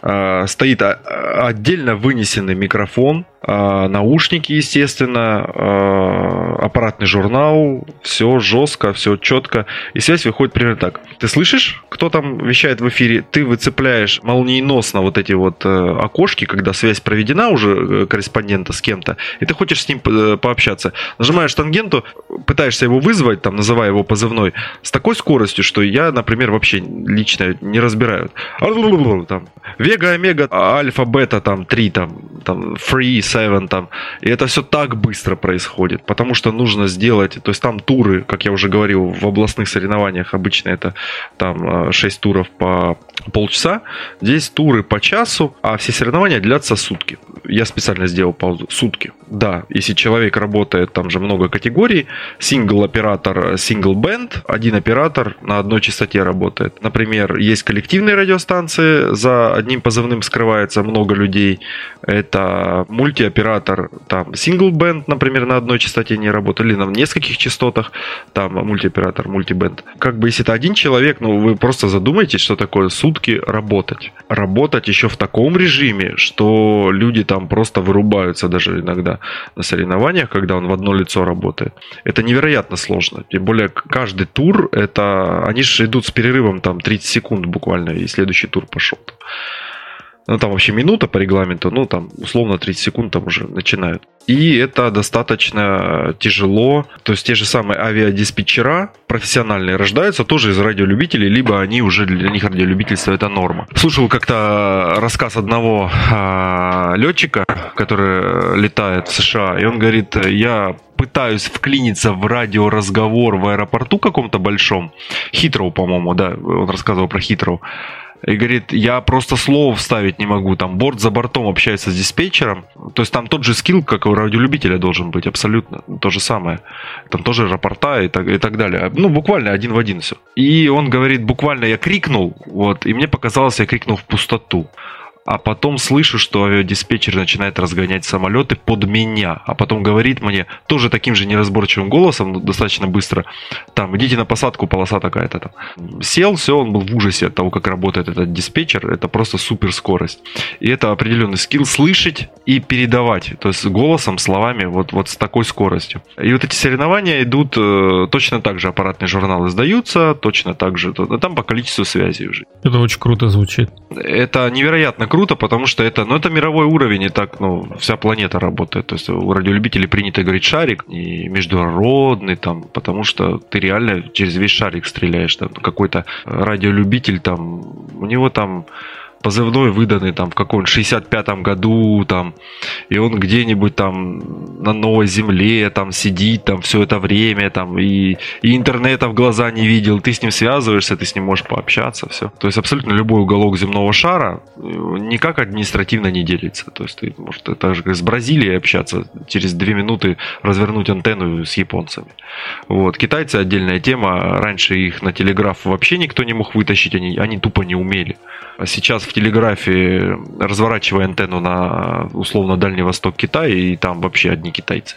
Стоит отдельно вынесенный микрофон, наушники, естественно, аппаратный журнал, все жестко, все четко, и связь выходит примерно так. Ты слышишь, кто там вещает в эфире, ты выцепляешь молниеносно вот эти вот окошки, когда связь проведена уже корреспондента с кем-то, и ты хочешь с ним пообщаться. Нажимаешь тангенту, пытаешься его вызвать, там, называя его позывной, с такой скоростью, что я, например, вообще лично не разбираю. Там, Вега, Омега, Альфа, Бета, там, 3, там, Free, 7, там. И это все так быстро происходит, потому что нужно сделать, то есть там туры, как я уже говорил, в областных соревнованиях обычно это там 6 туров по полчаса, здесь туры по часу, а все соревнования длятся сутки. Я специально сделал паузу. Сутки. Да, если человек работает, там же много категорий, сингл-оператор, сингл-бенд, один оператор на одной частоте работает. Например, есть коллективные радиостанции, за одним позывным скрывается много людей. Это мультиоператор, там сингл-бенд, например, на одной частоте не работает, или на нескольких частотах, там мультиоператор, мультибенд. Как бы если это один человек, ну вы просто задумайтесь, что такое сутки работать. Работать еще в таком режиме, что люди там просто вырубаются даже иногда на соревнованиях, когда он в одно лицо работает. Это невероятно сложно. Тем более каждый тур, это они же идут с перерывом там 30 секунд буквально, и следующий тур пошел. Ну, там вообще минута по регламенту, ну, там, условно, 30 секунд там уже начинают. И это достаточно тяжело. То есть те же самые авиадиспетчера профессиональные рождаются тоже из радиолюбителей, либо они уже для них радиолюбительство это норма. Слушал как-то рассказ одного летчика, который летает в США, и он говорит, я пытаюсь вклиниться в радиоразговор в аэропорту каком-то большом. Хитроу, по-моему, да, он рассказывал про Хитроу. И говорит, я просто слова вставить не могу. Там борт за бортом общается с диспетчером. То есть там тот же скилл, как у радиолюбителя должен быть. Абсолютно. То же самое. Там тоже рапорта и так далее. Ну, буквально один в один все. И он говорит, буквально я крикнул. Вот, и мне показалось, я крикнул в пустоту. А потом слышу, что авиадиспетчер начинает разгонять самолеты под меня. А потом говорит мне тоже таким же неразборчивым голосом, достаточно быстро, там, идите на посадку, полоса такая-то там. Сел, все, он был в ужасе от того, как работает этот диспетчер. Это просто супер скорость. И это определенный скилл слышать и передавать. То есть голосом, словами, вот с такой скоростью. И вот эти соревнования идут точно так же. Аппаратные журналы сдаются, точно так же. Там по количеству связей уже. Это очень круто звучит. Это невероятно круто, потому что это мировой уровень, и так, вся планета работает. То есть у радиолюбителей принято говорить шарик, и международный, там, потому что ты реально через весь шарик стреляешь. Там, какой-то радиолюбитель, там, у него там позывной выданный там в каком-нибудь 65-м году, там, и он где-нибудь там на новой земле там сидит там все это время, там, и интернета в глаза не видел, ты с ним связываешься, ты с ним можешь пообщаться, все. То есть абсолютно любой уголок земного шара никак административно не делится. То есть ты можешь так же как с Бразилией общаться, через 2 минуты развернуть антенну с японцами. Вот. Китайцы отдельная тема, раньше их на телеграф вообще никто не мог вытащить, они тупо не умели. А сейчас в телеграфе, разворачивая антенну на условно Дальний Восток Китая, и там вообще одни китайцы.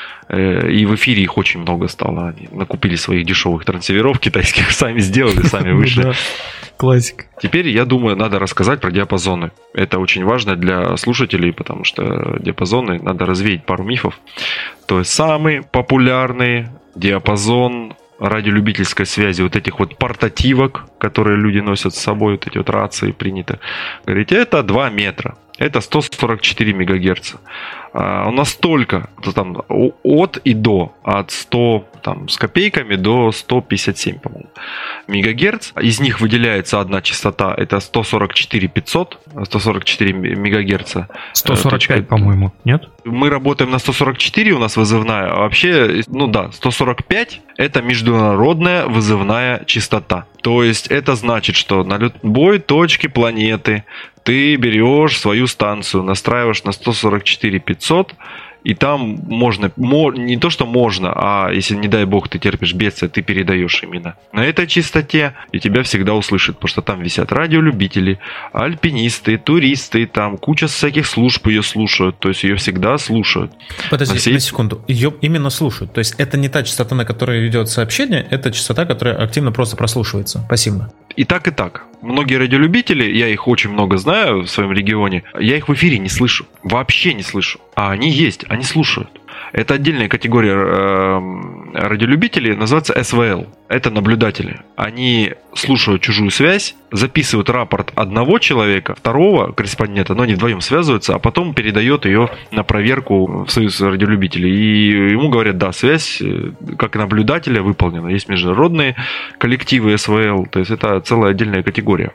И в эфире их очень много стало. Они накупили своих дешевых трансиверов китайских, сами сделали, сами вышли. Классика. Теперь, я думаю, надо рассказать про диапазоны. Это очень важно для слушателей, потому что диапазоны, надо развеять пару мифов. То есть самый популярный диапазон радиолюбительской связи вот этих вот портативок, которые люди носят с собой, вот эти вот рации принято, говорит, это 2 метра. Это 144 мегагерца. У нас только там, от и до, от 100 там, с копейками до 157, по-моему, мегагерц. Из них выделяется одна частота, это 144 500, 144 мегагерца. 145, по-моему, нет? Мы работаем на 144, у нас вызывная. А вообще, 145 это международная вызывная частота. То есть это значит, что на любой точке планеты ты берешь свою станцию, настраиваешь на 144 500, и там можно, не то что можно, а если, не дай бог, ты терпишь бедствие, ты передаешь именно на этой частоте, и тебя всегда услышат, потому что там висят радиолюбители, альпинисты, туристы, там куча всяких служб ее слушают, то есть ее всегда слушают. Подожди, на секунду, ее именно слушают, то есть это не та частота, на которой идет сообщение, это частота, которая активно просто прослушивается, пассивно. И так, и так. Многие радиолюбители, я их очень много знаю в своем регионе, я их в эфире не слышу, вообще не слышу, а они есть, они слушают. Это отдельная категория радиолюбителей, называется СВЛ. Это наблюдатели. Они слушают чужую связь, записывают рапорт одного человека, второго корреспондента, но они вдвоем связываются, а потом передает ее на проверку в Союз радиолюбителей. И ему говорят, да, связь как наблюдателя выполнена. Есть международные коллективы СВЛ, то есть это целая отдельная категория.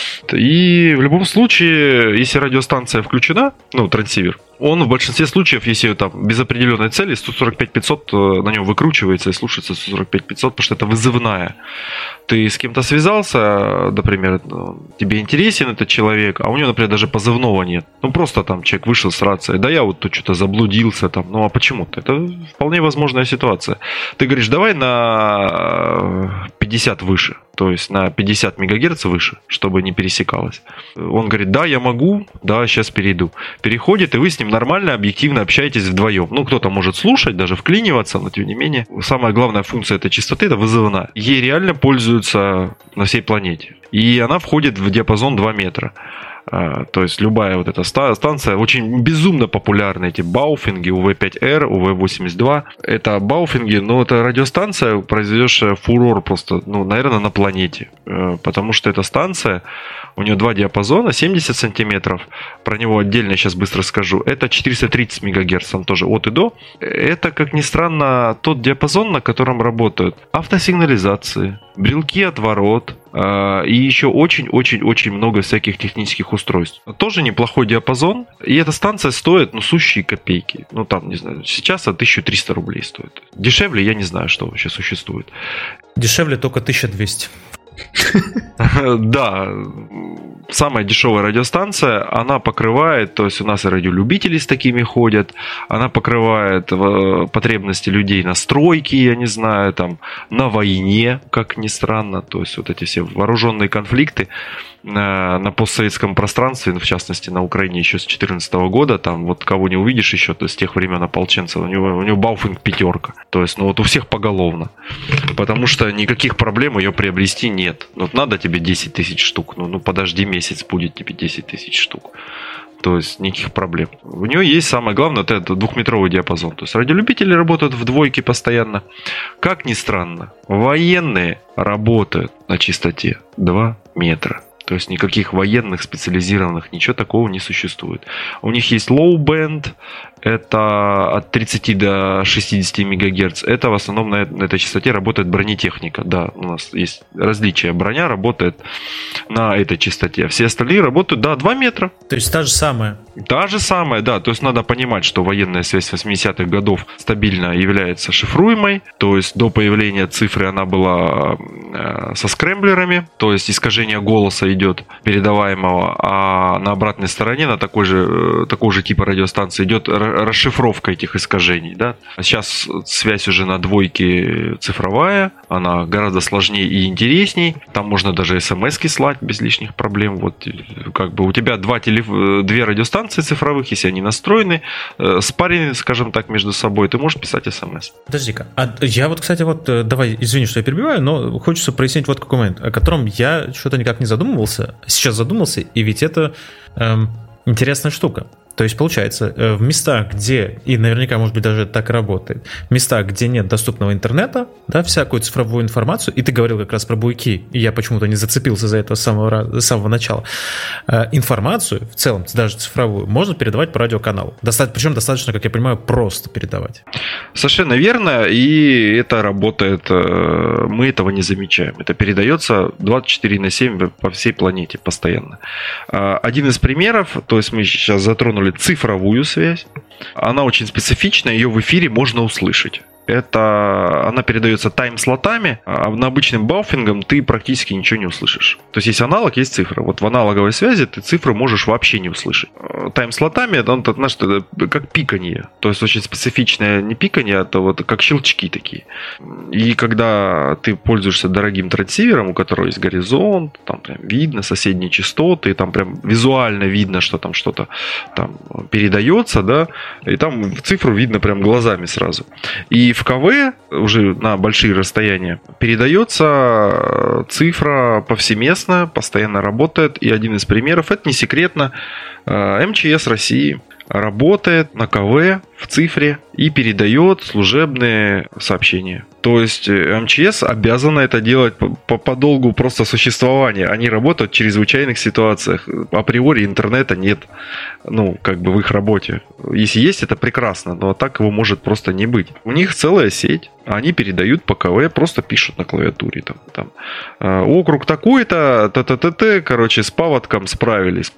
И в любом случае, если радиостанция включена, трансивер, он в большинстве случаев, если там без определенной цели, 145-500 на нем выкручивается и слушается 145-500, потому что это вызывная. Ты с кем-то связался, например, тебе интересен этот человек, а у него, например, даже позывного нет. Просто там человек вышел с рацией, да я вот тут что-то заблудился там, а почему-то. Это вполне возможная ситуация. Ты говоришь, давай на 50 выше, то есть на 50 мегагерц выше, чтобы не пересекалось. Он говорит, да, я могу, да, сейчас перейду. Переходит, и вы с ним нормально, объективно общаетесь вдвоем. Кто-то может слушать, даже вклиниваться, но тем не менее. Самая главная функция этой частоты – это вызывная. Ей реально пользуются на всей планете. И она входит в диапазон 2 метра. То есть любая вот эта станция, очень безумно популярны эти бауфинги, УВ-5Р, УВ-82. Это бауфинги, но это радиостанция, произведешь фурор просто, наверное, на планете. Потому что эта станция, у нее 2 диапазона, 70 сантиметров. Про него отдельно сейчас быстро скажу. Это 430 мегагерц, там тоже от и до. Это, как ни странно, тот диапазон, на котором работают автосигнализации, брелки от ворот, и еще очень-очень-очень много всяких технических устройств. Тоже неплохой диапазон. И эта станция стоит, сущие копейки. Там, не знаю, сейчас 1300 рублей стоит. Дешевле я не знаю, что вообще существует. Дешевле только 1200. Да, самая дешевая радиостанция, она покрывает, то есть у нас и радиолюбители с такими ходят, она покрывает потребности людей на стройке, я не знаю, там, на войне, как ни странно, то есть вот эти все вооруженные конфликты на постсоветском пространстве, в частности на Украине еще с 2014 года, там вот кого не увидишь еще, то с тех времен ополченцев, у него бауфинг 5, то есть у всех поголовно, потому что никаких проблем ее приобрести нет. Надо тебе 10 тысяч штук, подожди месяц, будет тебе 10 тысяч штук. То есть никаких проблем. У нее есть самое главное, это 2-метровый диапазон. То есть радиолюбители работают в двойке постоянно. Как ни странно, военные работают на частоте 2 метра. То есть никаких военных, специализированных, ничего такого не существует. У них есть low band, это от 30 до 60 мегагерц. Это в основном на этой частоте работает бронетехника. Да, у нас есть различия. Броня работает на этой частоте. Все остальные работают, 2 метра. То есть та же самая? Та же самая, да. То есть надо понимать, что военная связь 80-х годов стабильно является шифруемой. То есть до появления цифры она была со скрэмблерами. То есть искажение голоса идет передаваемого, а на обратной стороне, на такого же типа радиостанции идет расшифровка этих искажений. Да? Сейчас связь уже на двойке цифровая, она гораздо сложнее и интересней. Там можно даже смс-ки слать без лишних проблем. Вот как бы у тебя 2 радиостанции цифровых, если они настроены, спарены, скажем так, между собой, ты можешь писать смс. Подожди-ка, я кстати, давай, извини, что я перебиваю, но хочется прояснить вот какой момент, о котором я что-то никак не задумывался, сейчас задумался, и ведь это интересная штука. То есть, получается, в местах, где, и наверняка, может быть, даже так работает, в местах, где нет доступного интернета, да, всякую цифровую информацию, и ты говорил как раз про буйки, и я почему-то не зацепился за это с самого начала, информацию, в целом, даже цифровую, можно передавать по радиоканалу. Причем достаточно, как я понимаю, просто передавать. Совершенно верно, и это работает, мы этого не замечаем. Это передается 24/7 по всей планете постоянно. Один из примеров, то есть мы сейчас затронули цифровую связь. Она очень специфичная, ее в эфире можно услышать. Она передается тайм-слотами, а на обычным бауфингом ты практически ничего не услышишь. То есть аналог, есть цифра. Вот в аналоговой связи ты цифры можешь вообще не услышать. Тайм-слотами это, знаешь, как пиканье. То есть очень специфичное не пиканье, а вот как щелчки такие. И когда ты пользуешься дорогим трансивером, у которого есть горизонт, там прям видно соседние частоты, и там прям визуально видно, что там что-то там передается, да, и там цифру видно прям глазами сразу. И в КВ уже на большие расстояния передается цифра повсеместно, постоянно работает. И один из примеров, это не секретно, МЧС России работает на КВ в цифре и передает служебные сообщения. То есть МЧС обязана это делать по долгу просто существования. Они работают в чрезвычайных ситуациях. Априори интернета нет, в их работе. Если есть, это прекрасно, но так его может просто не быть. У них целая сеть. Они передают по КВ, просто пишут на клавиатуре. Округ такой-то, с паводком справились.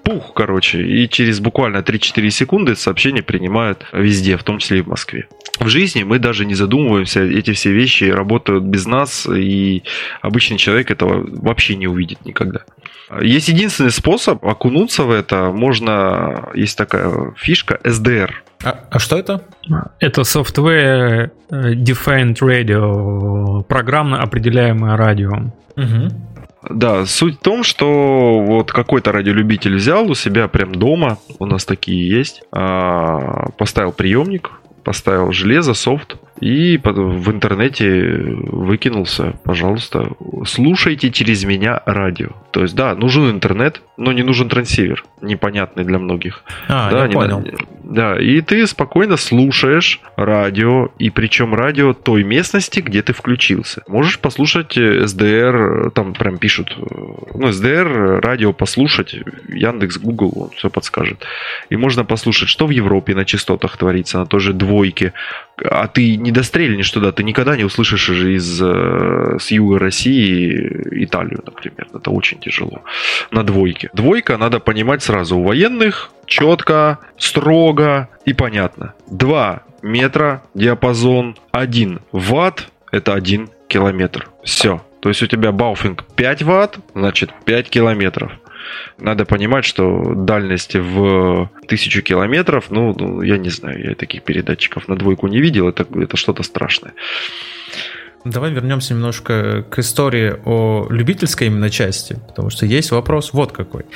И через буквально 3-4 секунды сообщение принимают везде, в том числе и в Москве. В жизни мы даже не задумываемся, эти все вещи работают без нас, и обычный человек этого вообще не увидит никогда. Есть единственный способ окунуться в это, есть такая фишка SDR. А что это? Это Software Defined Radio, программно определяемое радио. Угу. Да, суть в том, что вот какой-то радиолюбитель взял у себя прям дома, у нас такие есть, поставил приемник, поставил железо, софт и в интернете выкинулся, пожалуйста, слушайте через меня радио. То есть, да, нужен интернет, но не нужен трансивер, непонятный для многих. Я понял. Да, и ты спокойно слушаешь радио, и причем радио той местности, где ты включился. Можешь послушать SDR, там прям пишут, SDR, радио послушать, Яндекс, Google, он все подскажет. И можно послушать, что в Европе на частотах творится, на той же двойке. А ты не дострельнешь туда, ты никогда не услышишь уже с юга России Италию, например. Это очень тяжело. На двойке. Двойка надо понимать сразу. У военных четко, строго и понятно. 2 метра диапазон, 1 ватт, это 1 километр. Все. То есть у тебя бауфинг 5 ватт, значит 5 километров. Надо понимать, что дальность в 1000 километров, я не знаю, я таких передатчиков на двойку не видел, это что-то страшное. Давай вернемся немножко к истории о любительской именно части, потому что есть вопрос вот какой.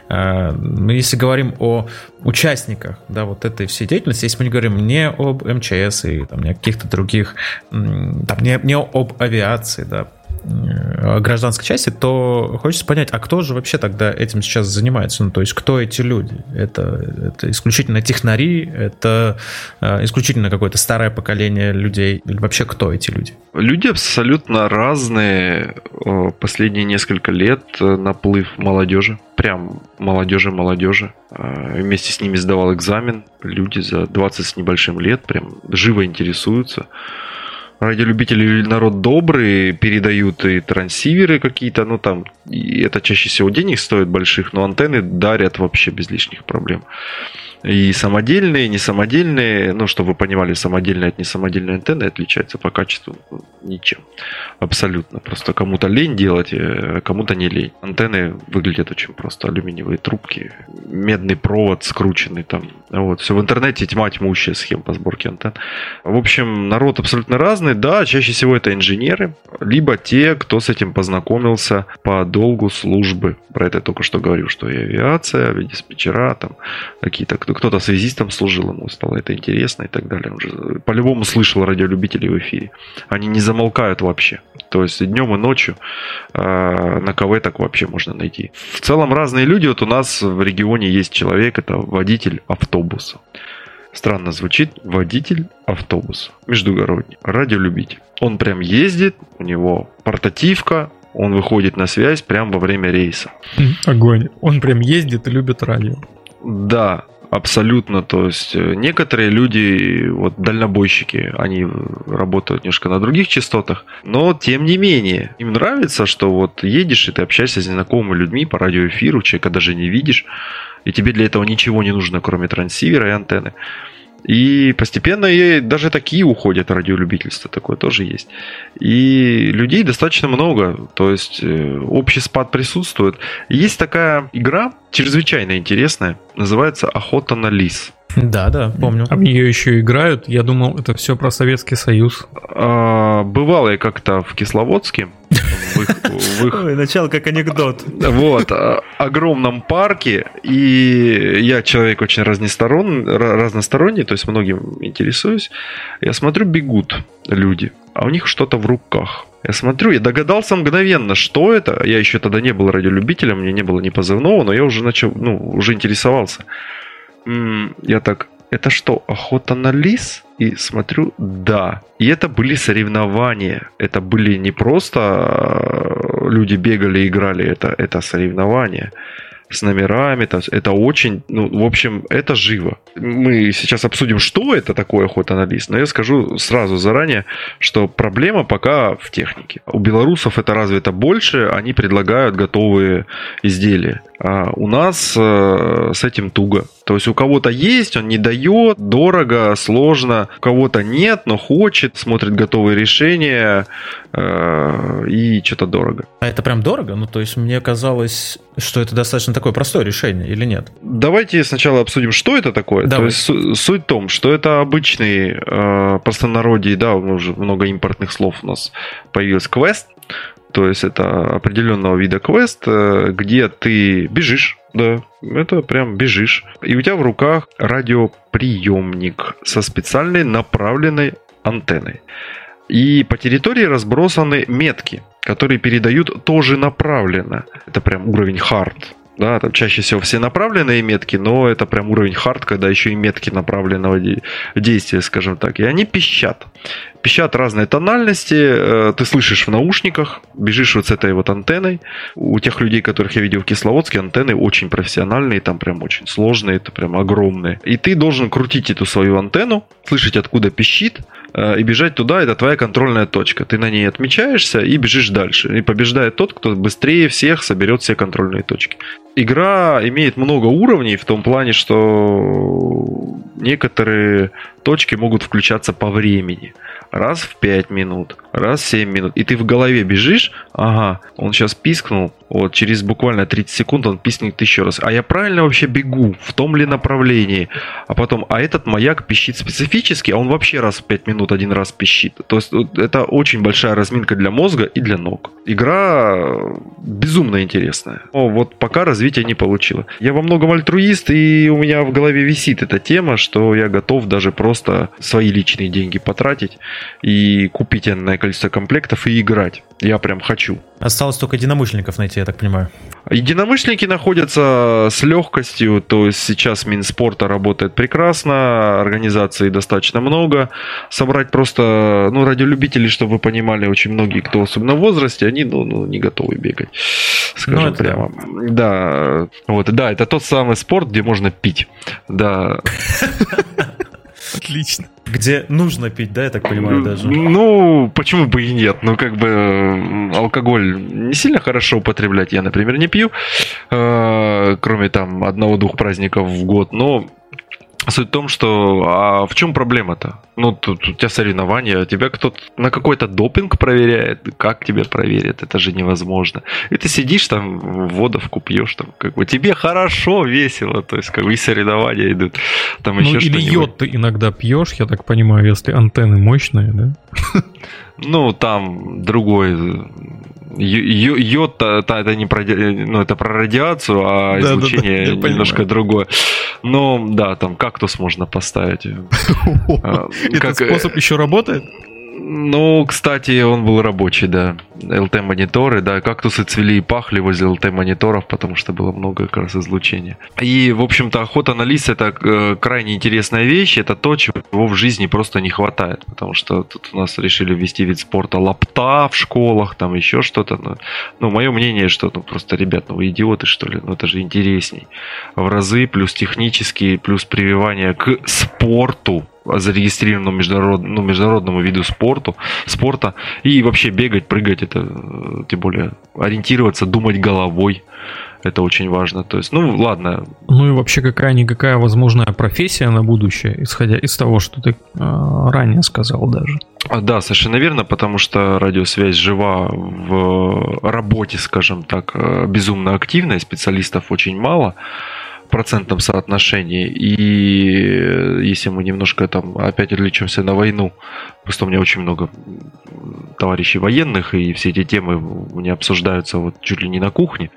Если говорим о участниках, да, вот этой всей деятельности, если мы не говорим не об МЧС и не о каких-то других, не об авиации, да, гражданской части, то хочется понять, а кто же вообще тогда этим сейчас занимается? То есть, кто эти люди? Это исключительно технари? Это исключительно какое-то старое поколение людей? Или вообще кто эти люди? Люди абсолютно разные. Последние несколько лет наплыв молодежи. Прям молодежи. Вместе с ними сдавал экзамен. Люди за 20 с небольшим лет прям живо интересуются. Радиолюбители, народ добрый, передают и трансиверы какие-то, и это чаще всего денег стоит больших, но антенны дарят вообще без лишних проблем. И самодельные, не самодельные, чтобы вы понимали, самодельные от несамодельной антенны отличаются по качеству ничем. Абсолютно. Просто кому-то лень делать, а кому-то не лень. Антенны выглядят очень просто. Алюминиевые трубки, медный провод скрученный там. Все в интернете тьмущая схема по сборке антенн. В общем, народ абсолютно разный. Да, чаще всего это инженеры, либо те, кто с этим познакомился по долгу службы. Про это я только что говорил, что и авиация, и диспетчера, там какие-то, кто-то связистом служил, ему стало это интересно и так далее. Он же по-любому слышал радиолюбителей в эфире. Они не замолкают вообще. То есть днем и ночью на КВ так вообще можно найти. В целом разные люди. Вот у нас в регионе есть человек, это водитель автобуса. Странно звучит, водитель автобуса междугородний, радиолюбитель. Он прям ездит, у него портативка, он выходит на связь прямо во время рейса. Огонь. Он прям ездит и любит радио. Да, абсолютно. То есть некоторые люди, вот дальнобойщики, они работают немножко на других частотах, но тем не менее им нравится, что вот едешь и ты общаешься с незнакомыми людьми по радиоэфиру, человека даже не видишь, и тебе для этого ничего не нужно, кроме трансивера и антенны. И постепенно и даже такие уходят, радиолюбительство такое тоже есть. И людей достаточно много, то есть общий спад присутствует. Есть такая игра, чрезвычайно интересная, называется «Охота на лис». Да, помню. А в нее еще играют. Я думал, это все про Советский Союз. Бывало я как-то в Кисловодске. Ой, начало как анекдот. Вот, огромном парке. И я человек очень разносторонний, то есть многим интересуюсь. Я смотрю, бегут люди, а у них что-то в руках. Я смотрю, я догадался мгновенно, что это. Я еще тогда не был радиолюбителем, мне не было ни позывного, но я уже начал, уже интересовался. Я так, это что, охота на лис? И смотрю, да. И это были соревнования. Это были не просто люди бегали, играли, это соревнования с номерами. Это очень, в общем, это живо. Мы сейчас обсудим, что это такое охота на лис, но я скажу сразу заранее, что проблема пока в технике. У белорусов это развито больше, они предлагают готовые изделия. А у нас с этим туго. То есть у кого-то есть, он не дает, дорого, сложно. У кого-то нет, но хочет, смотрит готовые решения и что-то дорого. А это прям дорого? То есть мне казалось, что это достаточно такое простое решение или нет? Давайте сначала обсудим, что это такое. Давай. То есть суть в том, что это обычный простонародье, да, уже много импортных слов у нас появилось, квест. То есть это определенного вида квест, где ты бежишь, да, это прям бежишь. И у тебя в руках радиоприемник со специальной направленной антенной. И по территории разбросаны метки, которые передают тоже направленно. Это прям уровень хард. Да, там чаще всего все направленные метки, но это прям уровень хард, когда еще и метки направленного действия, скажем так. И они пищат. Пищат разной тональности. Ты слышишь в наушниках, бежишь вот с этой вот антенной. У тех людей, которых я видел в Кисловодске, антенны очень профессиональные, там прям очень сложные, это прям огромные. И ты должен крутить эту свою антенну, слышать, откуда пищит, и бежать туда, это твоя контрольная точка. Ты на ней отмечаешься и бежишь дальше. И побеждает тот, кто быстрее всех соберет все контрольные точки. Игра имеет много уровней в том плане, что некоторые точки могут включаться по времени. Раз в 5 минут, раз в 7 минут. И ты в голове бежишь, ага, он сейчас пискнул, вот через буквально 30 секунд он пискнет еще раз. А я правильно вообще бегу? В том ли направлении? А потом, а этот маяк пищит специфически, а он вообще раз в 5 минут один раз пищит. То есть это очень большая разминка для мозга и для ног. Игра безумно интересная. Но вот пока развития не получила. Я во многом альтруист, и у меня в голове висит эта тема, что я готов даже просто свои личные деньги потратить и купить энное количество комплектов и играть. Я прям хочу. Осталось только единомышленников найти, я так понимаю. Единомышленники находятся с легкостью, то есть сейчас Минспорта работает прекрасно, организаций достаточно много. Собрать просто, радиолюбителей, чтобы вы понимали, очень многие, кто особенно в возрасте, они не готовы бегать, скажем прямо. Да, вот, да, это тот самый спорт, где можно пить, да. Отлично. Где нужно пить, да, я так понимаю, даже? Почему бы и нет? Алкоголь не сильно хорошо употреблять. Я, например, не пью, кроме там 1-2 праздников в год, но суть в том, что в чем проблема-то? Тут у тебя соревнования, тебя кто-то на какой-то допинг проверяет, как тебя проверят, это же невозможно. И ты сидишь там, водовку пьешь, там, тебе хорошо, весело, то есть, и соревнования идут, там еще что-нибудь. Или йод ты иногда пьешь, я так понимаю, если антенны мощные, да? Там другой... Йод это не про, это про радиацию, а излучение немножко другое. Но да, там кактус можно поставить. Этот способ еще работает? Ну, кстати, он был рабочий, да. ЛТ-мониторы, да, кактусы цвели и пахли возле ЛТ-мониторов, потому что было много как раз излучения. И, в общем-то, охота на лис — это крайне интересная вещь, это то, чего в жизни просто не хватает, потому что тут у нас решили ввести вид спорта лапта в школах, там еще что-то. Ну, мое мнение, что, просто, ребят, вы идиоты, что ли? Это же интересней в разы, плюс технические, плюс прививание к спорту, зарегистрированному международному виду спорта, и вообще бегать, прыгать, это тем более ориентироваться, думать головой, это очень важно. То есть, ладно. Ну и вообще какая-никакая возможная профессия на будущее, исходя из того, что ты ранее сказал даже. Да, совершенно верно, потому что радиосвязь жива в работе, скажем так, безумно активная, специалистов очень мало в процентном соотношении. И если мы немножко там опять отвлечемся на войну, просто у меня очень много товарищей военных, и все эти темы у меня обсуждаются вот чуть ли не на кухне.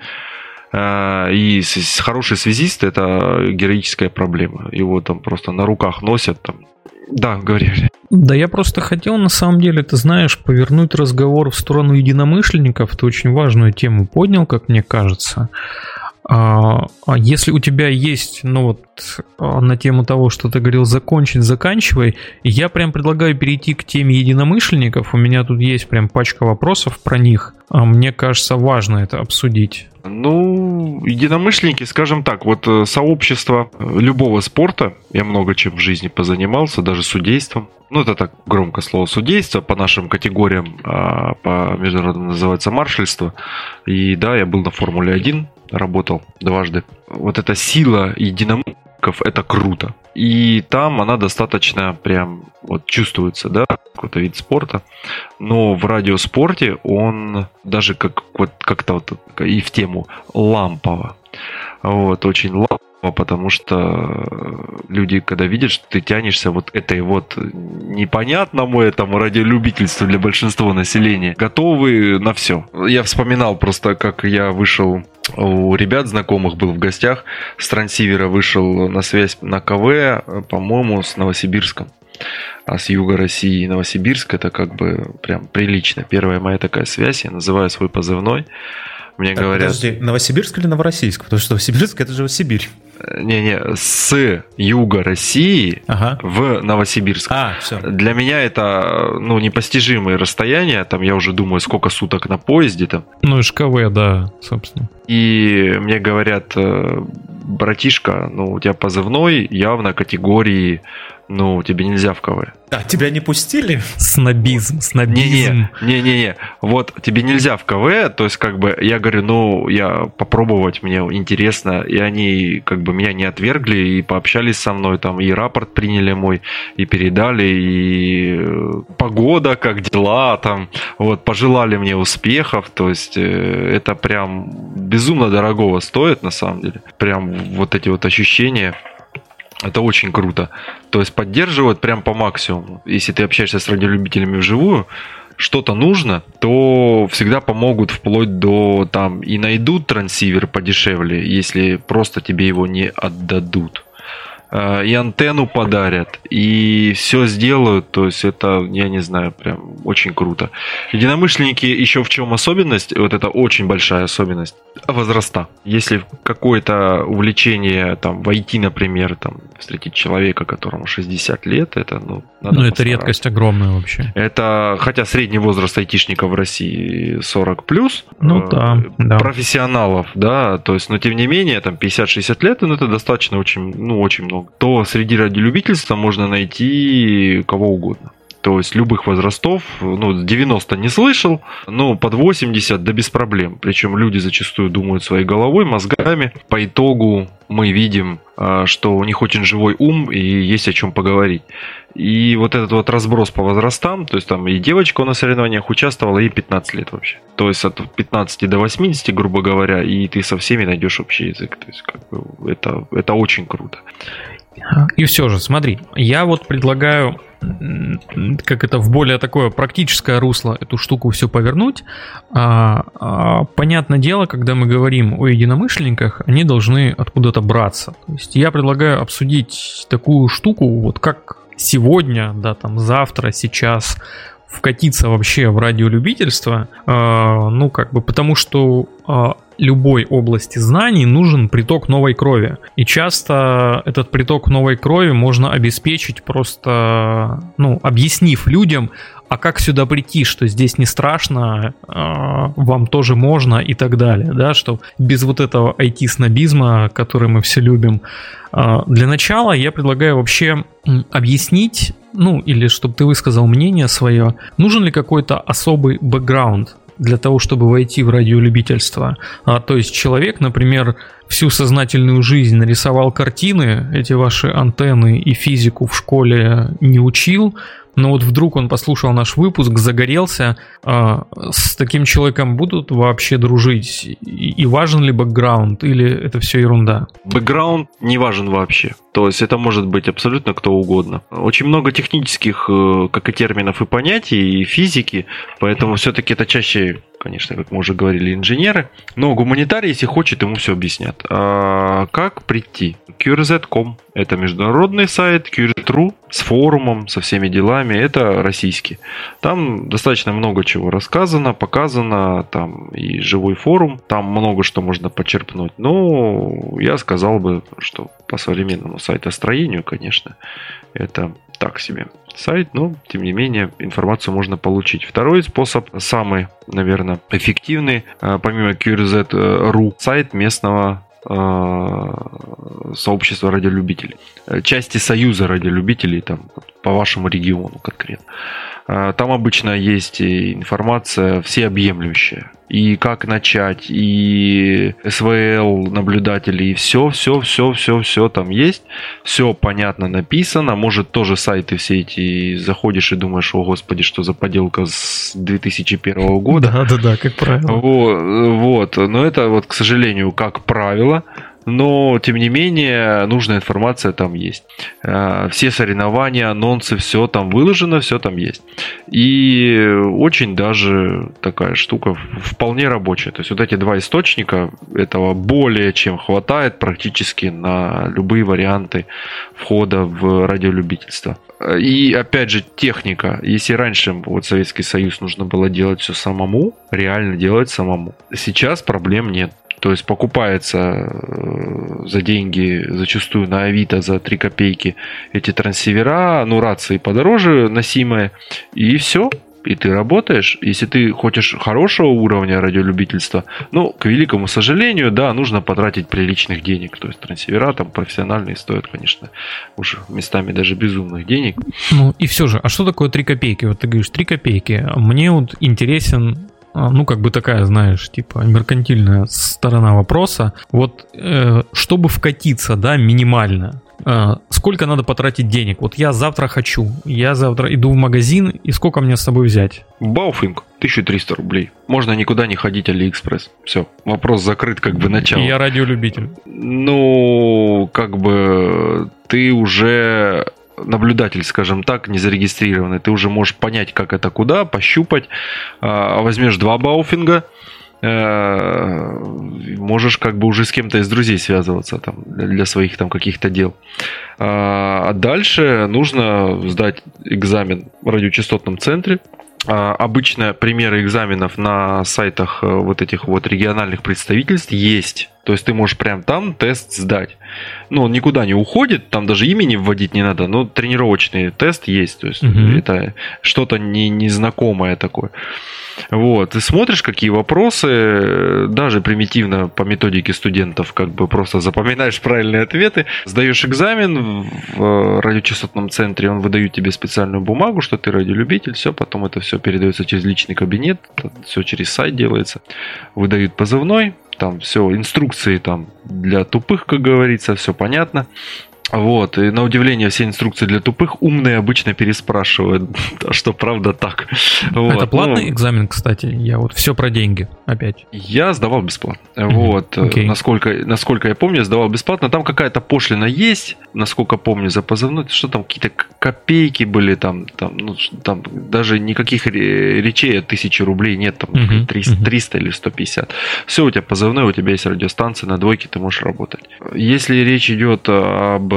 И хороший связист — это героическая проблема. Его там просто на руках носят. Там. Да, говори. Да, я просто хотел, на самом деле, ты знаешь, повернуть разговор в сторону единомышленников. Ты очень важную тему поднял, как мне кажется. Если у тебя есть, на тему того, что ты говорил, заканчивай. Я прям предлагаю перейти к теме единомышленников. У меня тут есть прям пачка вопросов про них. Мне кажется, важно это обсудить. Единомышленники, скажем так, вот сообщество любого спорта, я много чем в жизни позанимался, даже судейством. Это так громко слово судейство, по нашим категориям, по международному называется маршальство. И да, я был на Формуле-1, работал дважды. Вот эта сила единомышленников, это круто. И там она достаточно прям чувствуется, да, какой-то вид спорта. Но в радиоспорте он даже как-то и в тему лампово. Очень лампово, потому что люди, когда видят, что ты тянешься этой непонятному этому радиолюбительству для большинства населения, готовы на все. Я вспоминал просто, как я вышел у ребят знакомых, был в гостях, с трансивера вышел на связь на КВ, по-моему, с Новосибирском. А с юга России Новосибирск — это прям прилично. Первая моя такая связь, я называю свой позывной. Мне говорят... Подожди, Новосибирск или Новороссийск? Потому что Новосибирск — это же Сибирь. Не-не, с юга России в Новосибирск. Все. Для меня это непостижимые расстояния. Там я уже думаю, сколько суток на поезде там. из КВ, да, собственно. И мне говорят: братишка, у тебя позывной явно категории, тебе нельзя в КВ. Тебя не пустили? Снобизм. Не-не-не. Вот тебе нельзя в КВ, то есть я говорю, я попробовать, мне интересно, и они меня не отвергли и пообщались со мной, там и рапорт приняли мой, и передали, и погода, как дела, там, пожелали мне успехов, то есть это прям безумно дорогого стоит на самом деле, прям эти ощущения. Это очень круто. То есть поддерживают прям по максимуму. Если ты общаешься с радиолюбителями вживую, что-то нужно, то всегда помогут вплоть до и найдут трансивер подешевле, если просто тебе его не отдадут. И антенну подарят, и все сделают, то есть это, я не знаю, прям очень круто. Единомышленники еще в чем особенность, это очень большая особенность, возраста. Если какое-то увлечение, в IT, например, встретить человека, которому 60 лет, это, надо это редкость огромная вообще. Это, хотя средний возраст айтишников в России 40+, да. Профессионалов, да, то есть, но тем не менее, 50-60 лет, это достаточно очень много. То среди радиолюбительства можно найти кого угодно. То есть любых возрастов, 90 не слышал, но под 80 да без проблем. Причем люди зачастую думают своей головой, мозгами. По итогу мы видим, что у них очень живой ум и есть о чем поговорить. И этот разброс по возрастам, то есть и девочка на соревнованиях участвовала, ей 15 лет вообще. То есть от 15 до 80, грубо говоря, и ты со всеми найдешь общий язык. То есть это очень круто. И все же, смотри, я предлагаю, в более такое практическое русло эту штуку все повернуть. Понятное дело, когда мы говорим о единомышленниках, они должны откуда-то браться. То есть я предлагаю обсудить такую штуку, как сегодня, завтра, сейчас вкатиться вообще в радиолюбительство, потому что любой области знаний нужен приток новой крови. И часто этот приток новой крови можно обеспечить просто, объяснив людям, а как сюда прийти, что здесь не страшно, вам тоже можно и так далее, да, что без вот этого IT-снобизма, который мы все любим. Для начала я предлагаю вообще объяснить, или чтобы ты высказал мнение свое, нужен ли какой-то особый бэкграунд для того, чтобы войти в радиолюбительство. То есть человек, например, всю сознательную жизнь нарисовал картины, эти ваши антенны и физику в школе не учил, но вот вдруг он послушал наш выпуск, загорелся. С таким человеком будут вообще дружить? И важен ли бэкграунд, или это все ерунда? Бэкграунд не важен вообще. То есть это может быть абсолютно кто угодно. Очень много технических, как и терминов, и понятий, и физики, поэтому все-таки это чаще, конечно, как мы уже говорили, инженеры. Но гуманитарий, если хочет, ему все объяснят. А как прийти? QRZ.com – это международный сайт, QRZ.ru с форумом, со всеми делами – это российский. Там достаточно много чего рассказано, показано, там и живой форум, там много что можно почерпнуть. Но я сказал бы, что по современному сайтостроению, конечно, это так себе сайт, но тем не менее информацию можно получить. Второй способ, самый, наверное, эффективный, помимо QRZ.ru, сайт местного сообщества радиолюбителей, части союза радиолюбителей там, по вашему региону конкретно. Там обычно есть информация всеобъемлющая. И как начать, и СВЛ, наблюдатели, и все там есть. Все понятно написано. Может, тоже сайты все эти заходишь и думаешь, о господи, что за поделка с 2001 года. Да, как правило. Вот. Но это, вот, к сожалению, как правило. Но, тем не менее, нужная информация там есть. Все соревнования, анонсы, все там выложено, все там есть. И очень даже такая штука вполне рабочая. То есть вот эти два источника, этого более чем хватает практически на любые варианты входа в радиолюбительство. И опять же техника. Если раньше вот Советский Союз нужно было делать все самому, реально делать самому. Сейчас проблем нет. То есть покупается за деньги, зачастую на Авито за 3 копейки эти трансивера, рации подороже носимые, и все. И ты работаешь. Если ты хочешь хорошего уровня радиолюбительства, к великому сожалению, да, нужно потратить приличных денег. То есть трансивера там профессиональные стоят, конечно, уже местами даже безумных денег. И все же, а что такое 3 копейки? Вот ты говоришь 3 копейки. Мне вот интересен такая, знаешь, типа меркантильная сторона вопроса. Вот, чтобы вкатиться, да, минимально, сколько надо потратить денег? Вот я завтра иду в магазин, и сколько мне с собой взять? Бауфинг, 1300 рублей. Можно никуда не ходить, Алиэкспресс. Все, вопрос закрыт, начало. И я радиолюбитель. Ты уже наблюдатель, скажем так, не зарегистрированный, ты уже можешь понять, как это, куда, пощупать. Возьмешь 2 бауфинга, можешь уже с кем-то из друзей связываться там, для своих там каких-то дел. А дальше нужно сдать экзамен в радиочастотном центре. Обычно примеры экзаменов на сайтах вот этих вот региональных представительств есть. То есть ты можешь прям там тест сдать. Он никуда не уходит, там даже имени вводить не надо, но тренировочный тест есть. То есть это что-то незнакомое такое. Вот. Ты смотришь, какие вопросы, даже примитивно по методике студентов, просто запоминаешь правильные ответы, сдаешь экзамен в радиочастотном центре, он выдает тебе специальную бумагу, что ты радиолюбитель, все, потом это все передается через личный кабинет, все через сайт делается, выдают позывной, там все, инструкции там для тупых, как говорится, все понятно. Вот, и на удивление все инструкции для тупых умные обычно переспрашивают, что правда так. Вот. Это платный экзамен, кстати? Я вот все про деньги опять. Я сдавал бесплатно. Вот, okay. Насколько я помню, я сдавал бесплатно. Там какая-то пошлина есть, насколько помню, за позывной. Что там, какие-то копейки были, там даже никаких речей от 1000 рублей нет, там 300 или 150. Все, у тебя позывной, у тебя есть радиостанция, на двойке ты можешь работать. Если речь идет об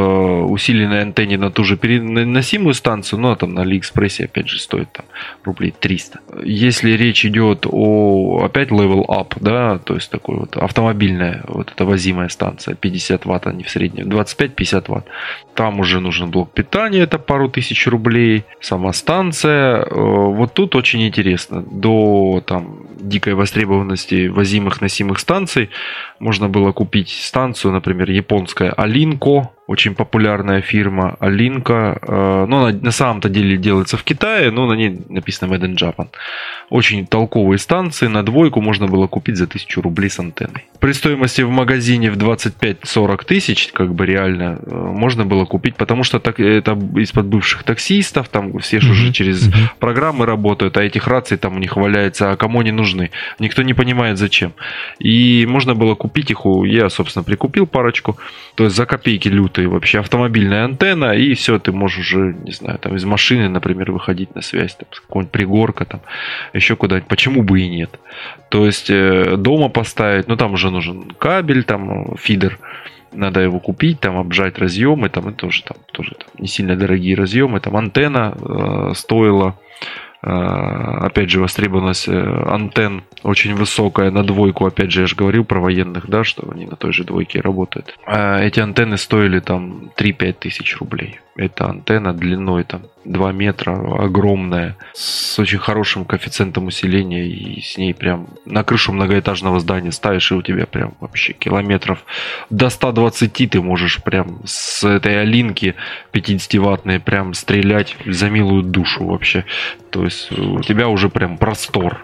усиленной антенне на ту же переносимую станцию, но там на Алиэкспрессе опять же стоит там рублей 300. Если речь идет о опять level up, да, то есть такой вот автомобильная вот эта возимая станция, 50 ватт, они в среднем 25-50 ватт. Там уже нужен блок питания, это пару тысяч рублей, сама станция. Вот тут очень интересно, до там дикой востребованности возимых носимых станций можно было купить станцию, например, японская Alinco, очень популярная фирма Alinco, но она на самом-то деле делается в Китае, но на ней написано Made in Japan. Очень толковые станции, на двойку можно было купить за 1000 рублей с антенной. При стоимости в магазине в 25-40 тысяч, как бы реально, можно было купить, потому что это из-под бывших таксистов, там все же уже через программы работают, а этих раций там у них валяется, а кому они нужны? Никто не понимает зачем. И можно было купить их, я, собственно, прикупил парочку, то есть за копейки лютые вообще, автомобильная антенна, и все, ты можешь уже, не знаю, там из машины, например, выходить на связь, там, с какого-нибудь пригорка, там, еще куда-нибудь, почему бы и нет. То есть дома поставить, ну там уже нужен кабель, там фидер, надо его купить, там обжать разъемы, там это тоже там не сильно дорогие разъемы, там антенна стоила. Опять же, востребованность антенн очень высокая на двойку. Опять же, я же говорил про военных, да, что они на той же двойке работают. Эти антенны стоили там 3-5 тысяч рублей. Это антенна длиной там 2 метра, огромная, с очень хорошим коэффициентом усиления, и с ней прям на крышу многоэтажного здания ставишь, и у тебя прям вообще километров до 120 ты можешь прям с этой Алинки 50-ваттной прям стрелять за милую душу вообще. То есть у тебя уже прям простор.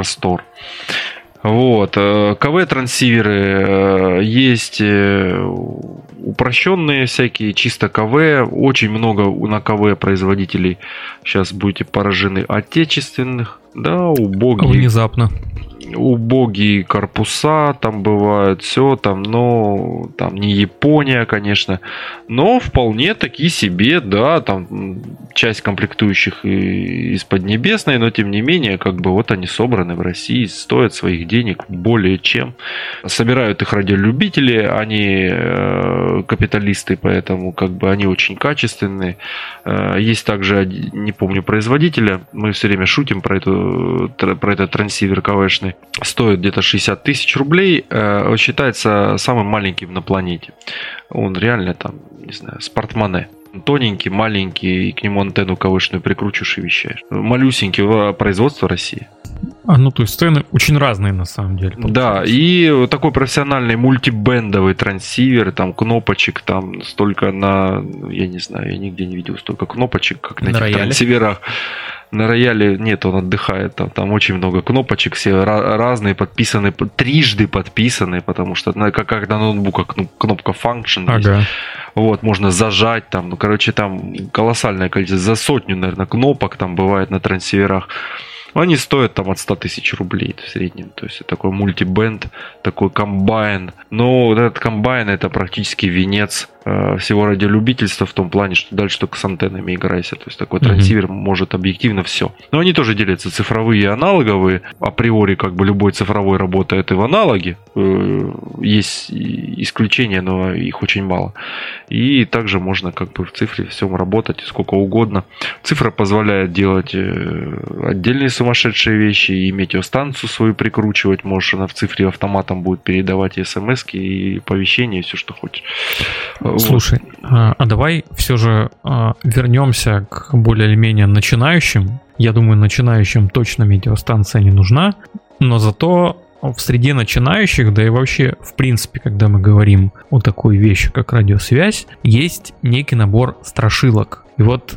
Вот. КВ-трансиверы есть упрощенные всякие, чисто КВ. Очень много на КВ производителей, сейчас будете поражены, отечественных. Да, убогие. Внезапно. Убогие корпуса там бывают, все там, но там не Япония, конечно, но вполне такие себе, да, там часть комплектующих из Поднебесной, но тем не менее, как бы вот они собраны в России, стоят своих денег более чем. Собирают их радиолюбители, они капиталисты, поэтому как бы они очень качественные. Есть также, не помню производителя, мы все время шутим про этот трансивер КВшный. Стоит где-то 60 тысяч рублей. Считается самым маленьким на планете. Он реально там, не знаю, с портмоне. Тоненький, маленький, и к нему антенну КВшную прикручиваешь и вещаешь. Малюсенький, производство России. Ну, то есть цены очень разные на самом деле. Да, и такой профессиональный мультибендовый трансивер, там кнопочек, там столько я не знаю, я нигде не видел столько кнопочек, как на этих трансиверах. На рояле нет, он отдыхает, там очень много кнопочек, все разные, подписаны, трижды подписаны, потому что как на ноутбуках кнопка Function есть. Вот, можно зажать там, ну, короче, там колоссальное количество, за 100, наверное, кнопок там бывает на трансиверах. Они стоят там от 100 тысяч рублей в среднем. То есть такой мультибенд, такой комбайн. Но вот этот комбайн — это практически венец всего радиолюбительства в том плане, что дальше только с антеннами играйся. То есть такой трансивер может объективно все. Но они тоже делятся цифровые и аналоговые. Априори как бы любой цифровой работает и в аналоге. Есть исключения, но их очень мало. И также можно как бы в цифре всем работать сколько угодно. Цифра позволяет делать отдельные сумасшедшие вещи, и метеостанцию свою прикручивать. Можешь, она в цифре автоматом будет передавать и смс-ки, и оповещения, и все, что хочешь. Слушай, а давай все же вернемся к более или менее начинающим. Я думаю, начинающим точно метеостанция не нужна, но зато в среде начинающих, да и вообще, в принципе, когда мы говорим о такой вещи, как радиосвязь, есть некий набор страшилок. И вот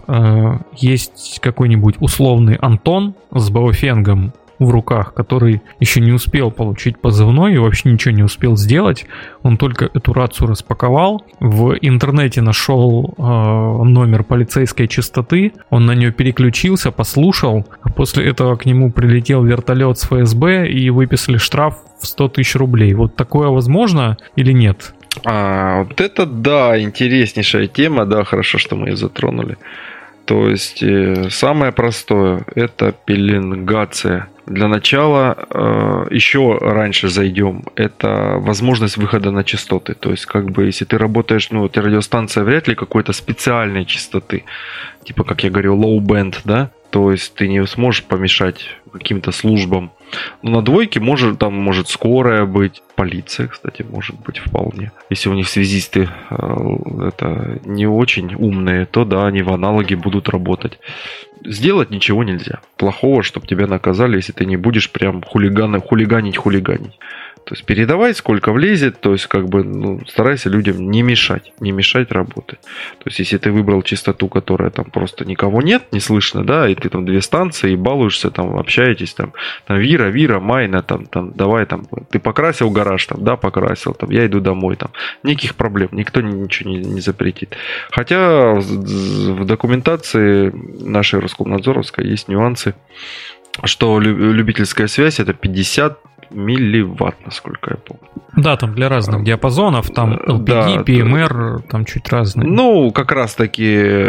есть какой-нибудь условный Антон с Баофенгом в руках, который еще не успел получить позывной и вообще ничего не успел сделать. Он только эту рацию распаковал, в интернете нашел номер полицейской частоты, он на нее переключился, послушал, а после этого к нему прилетел вертолет с ФСБ и выписали штраф в 100 тысяч рублей. Вот такое возможно или нет? Вот это, да, интереснейшая тема, да, хорошо, что мы ее затронули. То есть самое простое — это пеленгация Для начала еще раньше зайдем. Это возможность выхода на частоты. То есть, как бы, если ты работаешь, ну, вот радиостанция вряд ли какой-то специальной частоты, типа, как я говорю, low band, да, то есть ты не сможешь помешать каким-то службам. Но на двойке может скорая быть, полиция, кстати, может быть вполне. Если у них связисты это не очень умные, то да, они в аналоге будут работать. Сделать ничего нельзя. Плохого, чтобы тебя наказали, если ты не будешь прям хулиганить. То есть передавай, сколько влезет, то есть как бы, ну, старайся людям не мешать работать. То есть если ты выбрал частоту, которая там просто никого нет, не слышно, да, и ты там 2 станции, и балуешься, там, общаетесь, там Вира, Майна, там, давай, там, ты покрасил гараж, там, да, покрасил, там, я иду домой, там, никаких проблем, никто ничего не запретит. Хотя в документации нашей Роскомнадзоровской есть нюансы, что любительская связь это 50 милливатт, насколько я помню. Да, там для разных диапазонов, там LPD, да, PMR, там чуть разные. Ну, как раз таки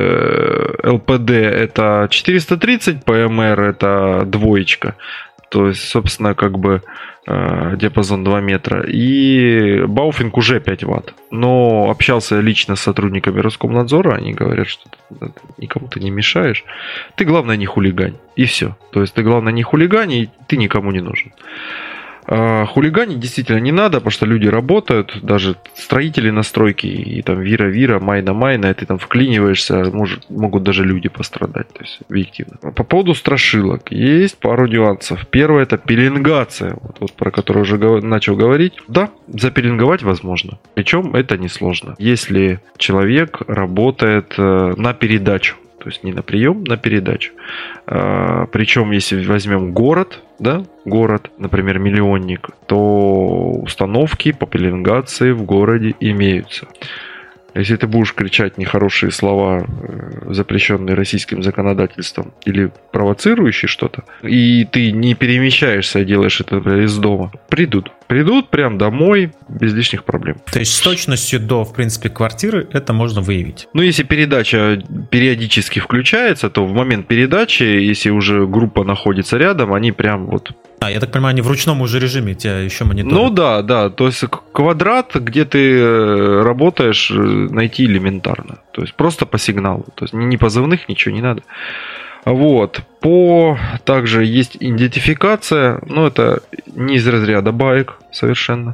LPD это 430, PMR это двоечка. То есть, собственно, как бы диапазон 2 метра. И бауфинг уже 5 ватт. Но общался лично с сотрудниками Роскомнадзора, они говорят, что никому ты не мешаешь. Ты, главное, не хулигань. И все. То есть, ты, главное, не хулигань, и ты никому не нужен. Хулиганить действительно не надо, потому что люди работают, даже строители на стройке, и там Вира, Майна, и ты там вклиниваешься, могут даже люди пострадать, то есть объективно. По поводу страшилок есть пару нюансов. Первое — это пеленгация, вот про которую уже начал говорить. Да, запеленговать возможно, причем это несложно, если человек работает на передачу. То есть не на прием, на передачу. Причем, если возьмем город, например, миллионник, то установки по пеленгации в городе имеются. Если ты будешь кричать нехорошие слова, запрещенные российским законодательством, или провоцирующие что-то, и ты не перемещаешься, а делаешь это из дома, придут прям домой без лишних проблем. То есть с точностью до, в принципе, квартиры это можно выявить. Ну, если передача периодически включается, то в момент передачи, если уже группа находится рядом, они прям вот... Я так понимаю, они в ручном уже режиме тебя еще мониторят. Ну да, то есть квадрат, где ты работаешь, найти элементарно. То есть просто по сигналу. То есть ни позывных, ничего не надо. Вот. Также есть идентификация, но это не из разряда баек совершенно.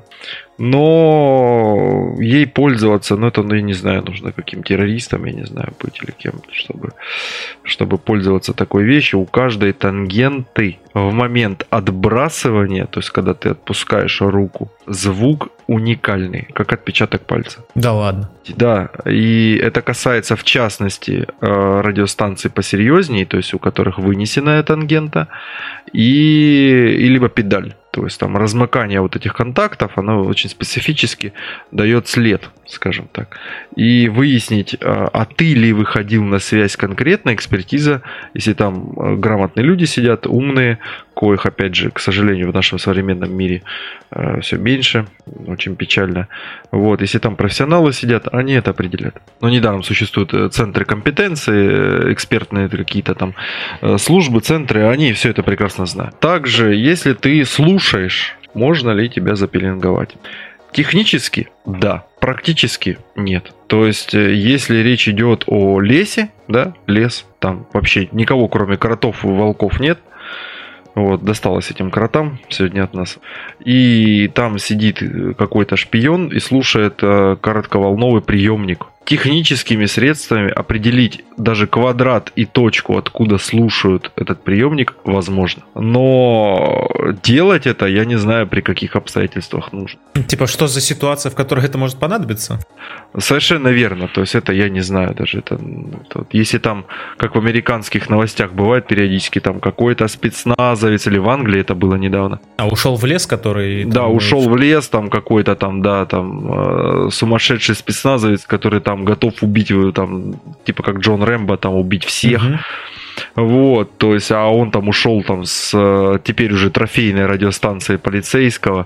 Но ей пользоваться, это, я не знаю, нужно каким террористом, я не знаю, быть или кем, чтобы пользоваться такой вещью. У каждой тангенты в момент отбрасывания, то есть когда ты отпускаешь руку, звук уникальный, как отпечаток пальца. Да ладно. Да, и это касается в частности радиостанций посерьезнее, то есть у которых вынесенная тангента, и либо педаль. То есть там размыкание вот этих контактов, оно очень специфически дает след, скажем так. И выяснить, а ты ли выходил на связь конкретно, экспертиза, если там грамотные люди сидят, умные, коих, опять же, к сожалению, в нашем современном мире все меньше, очень печально. Вот, если там профессионалы сидят, они это определят. Но недаром существуют центры компетенции, экспертные какие-то там службы, центры, они все это прекрасно знают. Также, если ты слушаешь, можно ли тебя запеленговать? Технически – да, практически нет. То есть, если речь идет о лесе, да, лес, там вообще никого, кроме кротов и волков, нет. Вот, досталось этим кротам сегодня от нас. И там сидит какой-то шпион и слушает коротковолновый приемник. Техническими средствами определить даже квадрат и точку, откуда слушают этот приемник, возможно. Но делать это, я не знаю, при каких обстоятельствах нужно. Типа, что за ситуация, в которой это может понадобиться? Совершенно верно. То есть, это я не знаю даже. Если там, как в американских новостях бывает периодически, там какой-то спецназовец, или в Англии это было недавно. Ушел в лес, который... Да, ушел в лес, там какой-то там сумасшедший спецназовец, который там готов убить, там, типа как Джон Рэмбо, там убить всех. Вот, то есть, а он там ушел там с теперь уже трофейной радиостанции полицейского,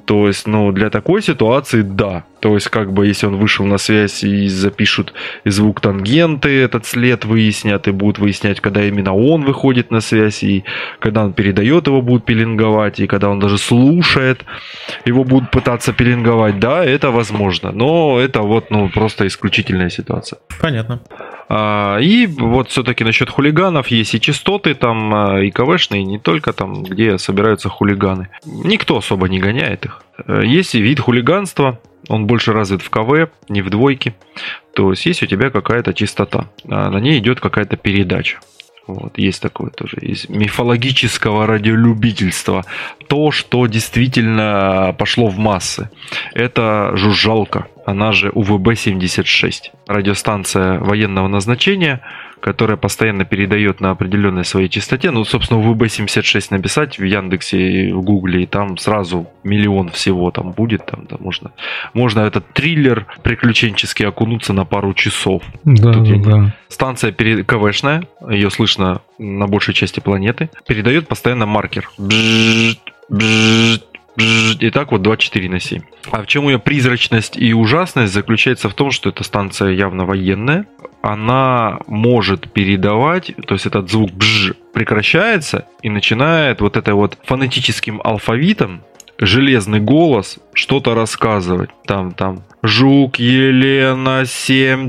То есть, для такой ситуации да. То есть, если он вышел на связь и запишут и звук тангенты, этот след выяснят, и будут выяснять, когда именно он выходит на связь, и когда он передает, его будут пеленговать, и когда он даже слушает, его будут пытаться пеленговать. Да, это возможно. Но это просто исключительная ситуация. Понятно. И вот все-таки насчет хулиганов есть и частоты там, и КВшные, не только там, где собираются хулиганы. Никто особо не гоняет их. Есть и вид хулиганства, он больше развит в КВ, не в двойке. То есть есть у тебя какая-то частота, на ней идет какая-то передача. Вот, есть такое тоже, из мифологического радиолюбительства. То, что действительно пошло в массы, это жужжалка, она же УВБ-76. Радиостанция военного назначения, которая постоянно передает на определенной своей частоте. Собственно, УВБ-76 написать в Яндексе, в Гугле, и там сразу миллион всего там будет. Там можно этот триллер приключенческий окунуться на пару часов. Да. Станция КВшная, ее слышно на большей части планеты, передает постоянно маркер. И так 24/7. А в чем ее призрачность и ужасность заключается в том, что эта станция явно военная. Она может передавать, то есть этот звук прекращается и начинает фонетическим алфавитом железный голос что-то рассказывать. Там Жук, Елена, 7,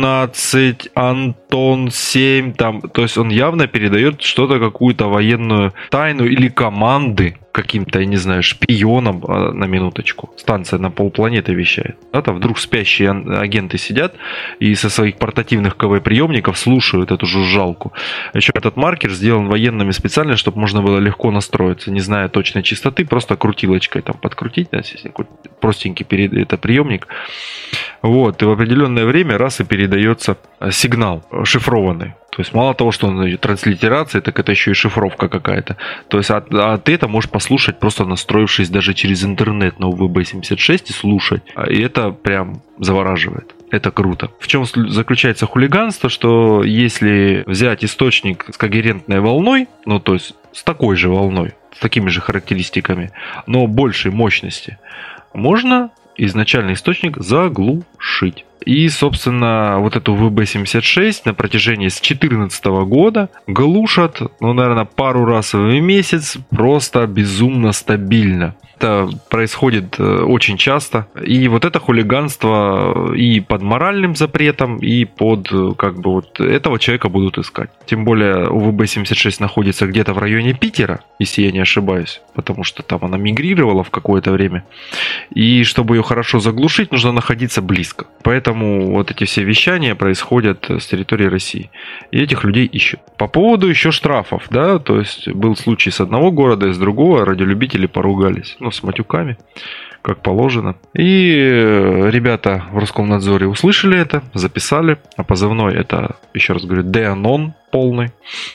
13, Антон, 7. То есть он явно передает что-то, какую-то военную тайну или команды каким-то, я не знаю, шпионам, на минуточку. Станция на полпланеты вещает. Там вдруг спящие агенты сидят и со своих портативных КВ-приемников слушают эту жужжалку. Еще этот маркер сделан военными специально, чтобы можно было легко настроиться, не зная точной частоты, просто крутилочкой подкрутить, простенький это приемник. И в определенное время и передается сигнал шифрованный. То есть мало того, что он транслитерация, так это еще и шифровка какая-то. То есть ты это можешь послушать, просто настроившись даже через интернет на УВБ-76 и слушать. И это прям завораживает. Это круто. В чем заключается хулиганство, что если взять источник с когерентной волной, то есть с такой же волной, с такими же характеристиками, но большей мощности, можно изначальный источник заглушить. И, собственно, эту ВБ-76 на протяжении с 2014 года глушат, наверное, пару раз в месяц, просто безумно стабильно. Это происходит очень часто. И это хулиганство и под моральным запретом, и под этого человека будут искать. Тем более УВБ-76 находится где-то в районе Питера, если я не ошибаюсь, потому что там она мигрировала в какое-то время. И чтобы ее хорошо заглушить, нужно находиться близко. Поэтому эти все вещания происходят с территории России. И этих людей ищут. По поводу еще штрафов, да, то есть был случай с одного города и с другого, радиолюбители поругались. С матюками, как положено. И ребята в Роскомнадзоре услышали это, записали. А позывной это, еще раз говорю, Деанон полный.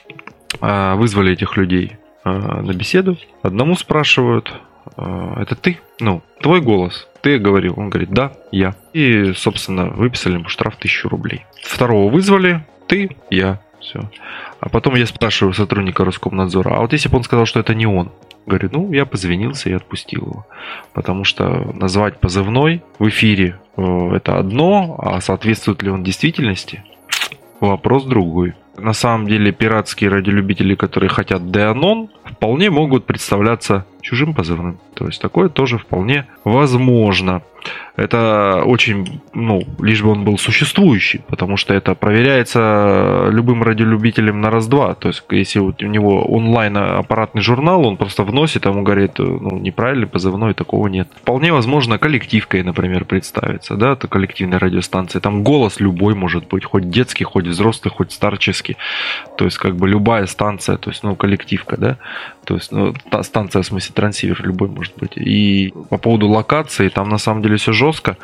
Вызвали этих людей на беседу. Одному спрашивают: это ты? Твой голос. Ты говорил? Он говорит: да, я. И, собственно, выписали ему штраф 1000 рублей. Второго вызвали: ты, я. Все. А потом я спрашиваю сотрудника Роскомнадзора: а если бы он сказал, что это не он? Говорю: я позвонился и отпустил его. Потому что назвать позывной в эфире это одно, а соответствует ли он действительности — вопрос другой. На самом деле пиратские радиолюбители, которые хотят Деанон, вполне могут представляться чужим позывным. То есть такое тоже вполне возможно. Это очень, лишь бы он был существующий, потому что это проверяется любым радиолюбителем на раз-два. То есть если у него онлайн-аппаратный журнал, он просто вносит, ему говорит: неправильный позывной, такого нет. Вполне возможно коллективкой, например, представиться, да, это коллективная радиостанция. Там голос любой может быть, хоть детский, хоть взрослый, хоть старческий. То есть любая станция, то есть коллективка, да. То есть станция, в смысле трансивер любой может быть. И по поводу локации, там на самом деле все жестко.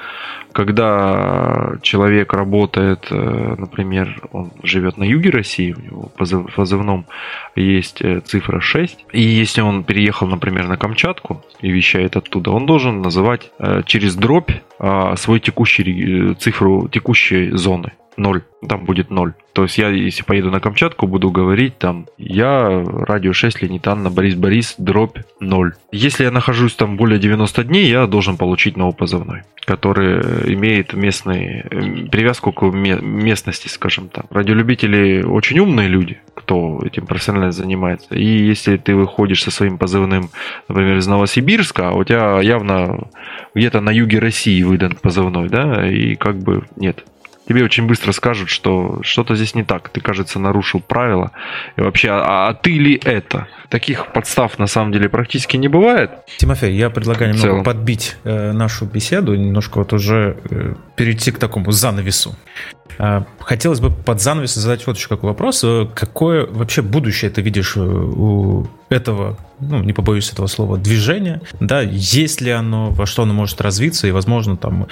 Когда человек работает, например, он живет на юге России, у него в позывном есть цифра 6, и если он переехал, например, на Камчатку и вещает оттуда, он должен называть через дробь свою цифру текущей зоны. 0. Там будет 0. То есть я, если поеду на Камчатку, буду говорить там, я радио 6 Линитанна Борис, дробь 0. Если я нахожусь там более 90 дней, я должен получить новый позывной, который имеет привязку к местности, скажем так. Радиолюбители очень умные люди, кто этим профессионально занимается. И если ты выходишь со своим позывным, например, из Новосибирска, а у тебя явно где-то на юге России выдан позывной, да, и как бы нет. Тебе очень быстро скажут, что что-то здесь не так. Ты, кажется, нарушил правила. И вообще, а ты ли это? Таких подстав на самом деле практически не бывает. Тимофей, я предлагаю немного подбить нашу беседу, немножко вот уже перейти к такому занавесу. Хотелось бы под занавес задать вот еще какой вопрос. Какое вообще будущее ты видишь у этого, не побоюсь этого слова, движения? Да, есть ли оно, во что оно может развиться, и, возможно, там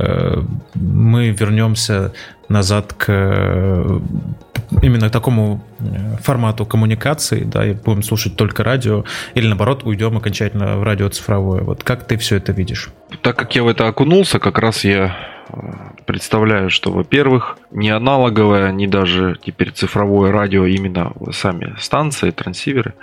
мы вернемся назад к именно такому формату коммуникации, да, и будем слушать только радио, или наоборот, уйдем окончательно в радио цифровое. Вот как ты все это видишь? Так как я в это окунулся, как раз я представляю, что, во-первых, ни аналоговое, ни даже теперь цифровое радио, именно сами станции, трансиверы,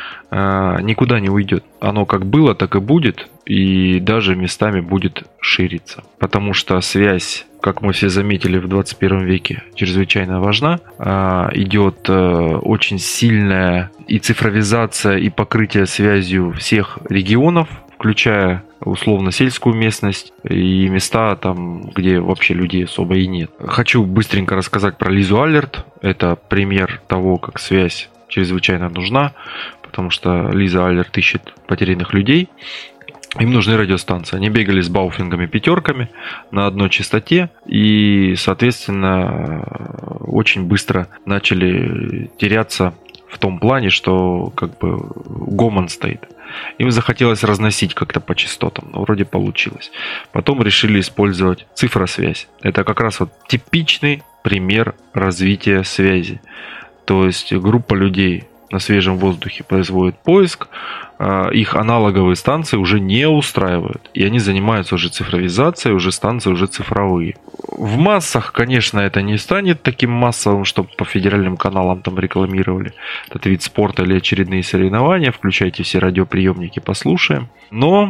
никуда не уйдет. Оно как было, так и будет, и даже местами будет шириться. Потому что связь, как мы все заметили, в 21 веке чрезвычайно важна. Идет очень сильная и цифровизация, и покрытие связью всех регионов, включая условно сельскую местность и места там, где вообще людей особо и нет. Хочу быстренько рассказать про Лизу Алерт. Это пример того, как связь чрезвычайно нужна, потому что Лиза Алерт ищет потерянных людей. Им нужны радиостанции. Они бегали с бауфингами пятерками на одной частоте и, соответственно, очень быстро начали теряться в том плане, что как бы гомон стоит. Им захотелось разносить как-то по частотам, но вроде получилось. Потом решили использовать цифросвязь. Это как раз вот типичный пример развития связи. То есть группа людей на свежем воздухе производит поиск, их аналоговые станции уже не устраивают, и они занимаются уже цифровизацией, уже станции уже цифровые. В массах, конечно, это не станет таким массовым, чтобы по федеральным каналам там рекламировали этот вид спорта или очередные соревнования, включайте все радиоприемники, послушаем. Но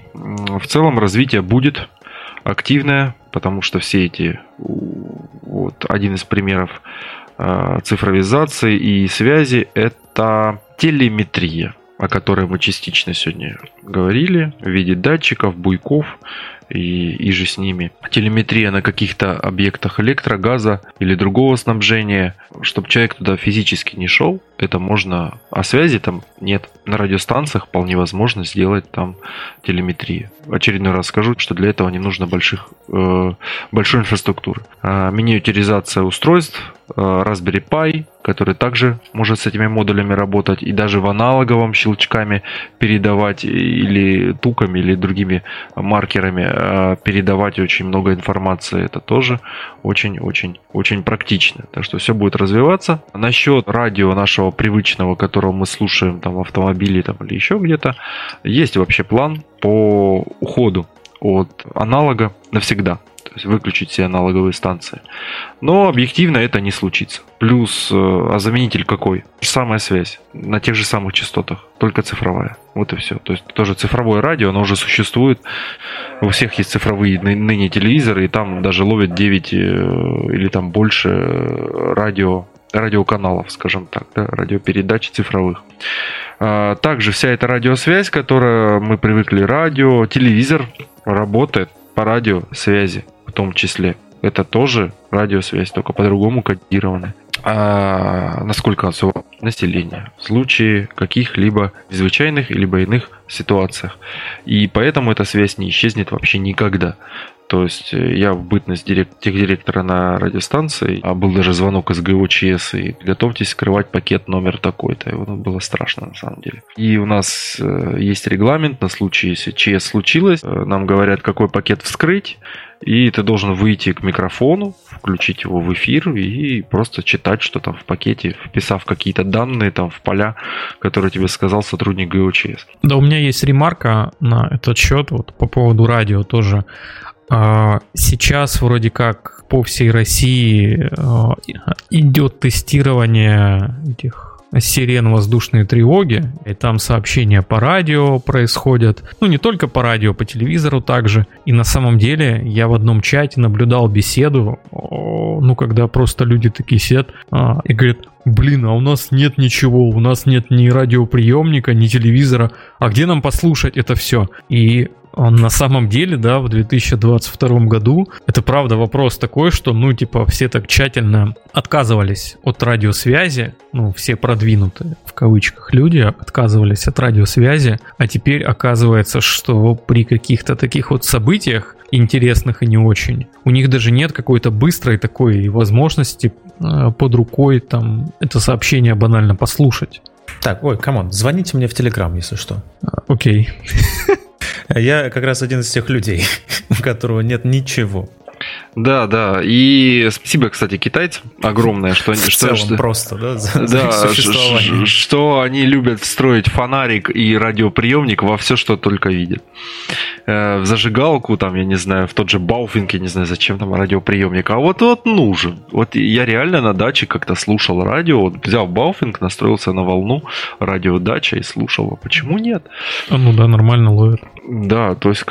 в целом развитие будет активное, потому что все эти, вот один из примеров цифровизации и связи — это телеметрия, о которой мы частично сегодня говорили, в виде датчиков, буйков и же с ними. Телеметрия на каких-то объектах электро, газа или другого снабжения, чтобы человек туда физически не шел, это можно, а связи там нет. На радиостанциях вполне возможно сделать там телеметрию. Очередной раз скажу, что для этого не нужно большой инфраструктуры. Миниатюризация устройств, Raspberry Pi, который также может с этими модулями работать, и даже в аналоговом щелчками передавать, или туками, или другими маркерами передавать очень много информации. Это тоже очень-очень-очень практично. Так что все будет развиваться. Насчет радио нашего привычного, которого мы слушаем там в автомобиле там, или еще где-то, есть вообще план по уходу от аналога навсегда. То есть выключить все аналоговые станции. Но объективно это не случится. Плюс, а заменитель какой? Самая связь на тех же самых частотах, только цифровая. Вот и все. То есть тоже цифровое радио, оно уже существует. У всех есть цифровые ныне телевизоры, и там даже ловят 9 или там больше радиоканалов, скажем так, да, радиопередач цифровых. Также вся эта радиосвязь, которая мы привыкли, радио, телевизор работает по радиосвязи в том числе. Это тоже радиосвязь, только по-другому кодированная. А насколько все население в случае каких-либо чрезвычайных либо иных ситуациях. И поэтому эта связь не исчезнет вообще никогда. То есть я в бытность техдиректора на радиостанции, а был даже звонок из ГОЧС, и готовьтесь скрывать пакет номер такой-то. И было страшно на самом деле. И у нас есть регламент на случай, если ЧС случилось, нам говорят, какой пакет вскрыть, и ты должен выйти к микрофону, включить его в эфир и просто читать, что там в пакете, вписав какие-то данные там в поля, которые тебе сказал сотрудник ГОЧС. Да, у меня есть ремарка на этот счет, вот по поводу радио тоже. Сейчас вроде как по всей России идет тестирование этих сирен воздушной тревоги, и там сообщения по радио происходят. Ну, не только по радио, по телевизору также. И на самом деле я в одном чате наблюдал беседу, когда просто люди такие сидят и говорят: блин, а у нас нет ничего, у нас нет ни радиоприемника, ни телевизора, а где нам послушать это все? И на самом деле, да, в 2022 году это правда вопрос такой, что, все так тщательно отказывались от радиосвязи, все продвинутые, в кавычках, люди отказывались от радиосвязи, а теперь оказывается, что при каких-то таких вот событиях, интересных и не очень, у них даже нет какой-то быстрой такой возможности под рукой там это сообщение банально послушать. Так, камон, звоните мне в Телеграм, если что. Окей. Я как раз один из тех людей, у которого нет ничего. Да, и спасибо, кстати, китайцам огромное, что они просто, да, что они любят встроить фонарик и радиоприемник во все, что только видят. В зажигалку, там, я не знаю, в тот же Бауфинг, я не знаю, зачем там радиоприемник, а вот нужен. Вот я реально на даче как-то слушал радио, взял Бауфинг, настроился на волну радиодача и слушал. Почему нет? Да, нормально ловит. Да, то есть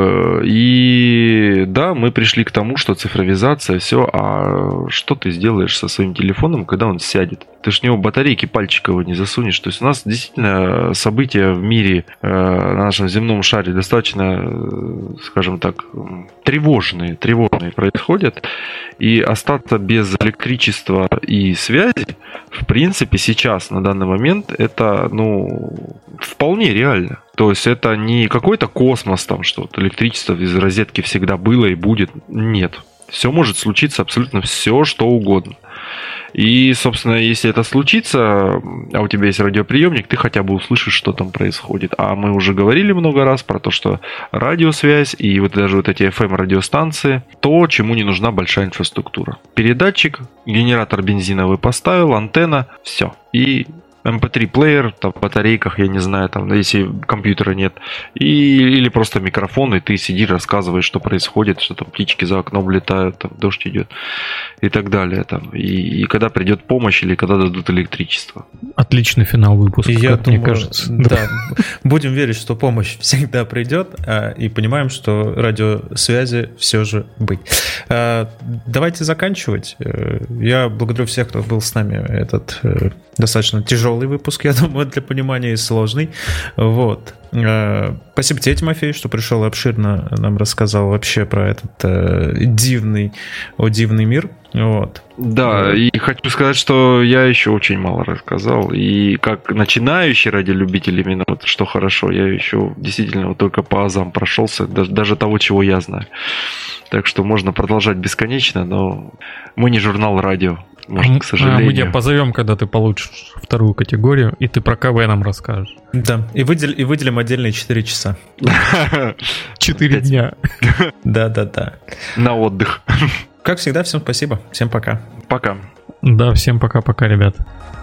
и да, мы пришли к тому, что цифровизация, все, а что ты сделаешь со своим телефоном, когда он сядет? Ты ж в него батарейки пальчиковые не засунешь. То есть у нас действительно события в мире, на нашем земном шаре достаточно, скажем так, тревожные происходят. И остаться без электричества и связи, в принципе, сейчас, на данный момент, это, вполне реально. То есть это не какой-то космос, там, что электричество из розетки всегда было и будет. Нет. Все может случиться, абсолютно все, что угодно. И, собственно, если это случится, а у тебя есть радиоприемник, ты хотя бы услышишь, что там происходит. А мы уже говорили много раз про то, что радиосвязь и даже эти FM-радиостанции, то, чему не нужна большая инфраструктура. Передатчик, генератор бензиновый поставил, антенна, все. И MP3-плеер, там, в батарейках, я не знаю, там, если компьютера нет, или просто микрофон, и ты сидишь, рассказываешь, что происходит, что там птички за окном летают, там, дождь идет и так далее. Там, и когда придет помощь, или когда дадут электричество. Отличный финал выпуска, мне кажется. Да, будем верить, что помощь всегда придет, и понимаем, что радиосвязи все же быть. Давайте заканчивать. Я благодарю всех, кто был с нами этот достаточно тяжелый выпуск, я думаю, для понимания, и сложный. Вот. Спасибо тебе, Тимофей, что пришел и обширно нам рассказал вообще про этот дивный мир. Вот. Да, и хочу сказать, что я еще очень мало рассказал. И как начинающий радиолюбитель, именно вот что хорошо, я еще действительно вот только по азам прошелся, даже того, чего я знаю. Так что можно продолжать бесконечно, но мы не журнал радио. Может, к сожалению. Мы тебя позовем, когда ты получишь вторую категорию, и ты про КВ нам расскажешь. Да, и выделим отдельные 4 часа. 4 дня. Да. На отдых. Как всегда, всем спасибо. Всем пока. Пока. Да, всем пока-пока, ребят.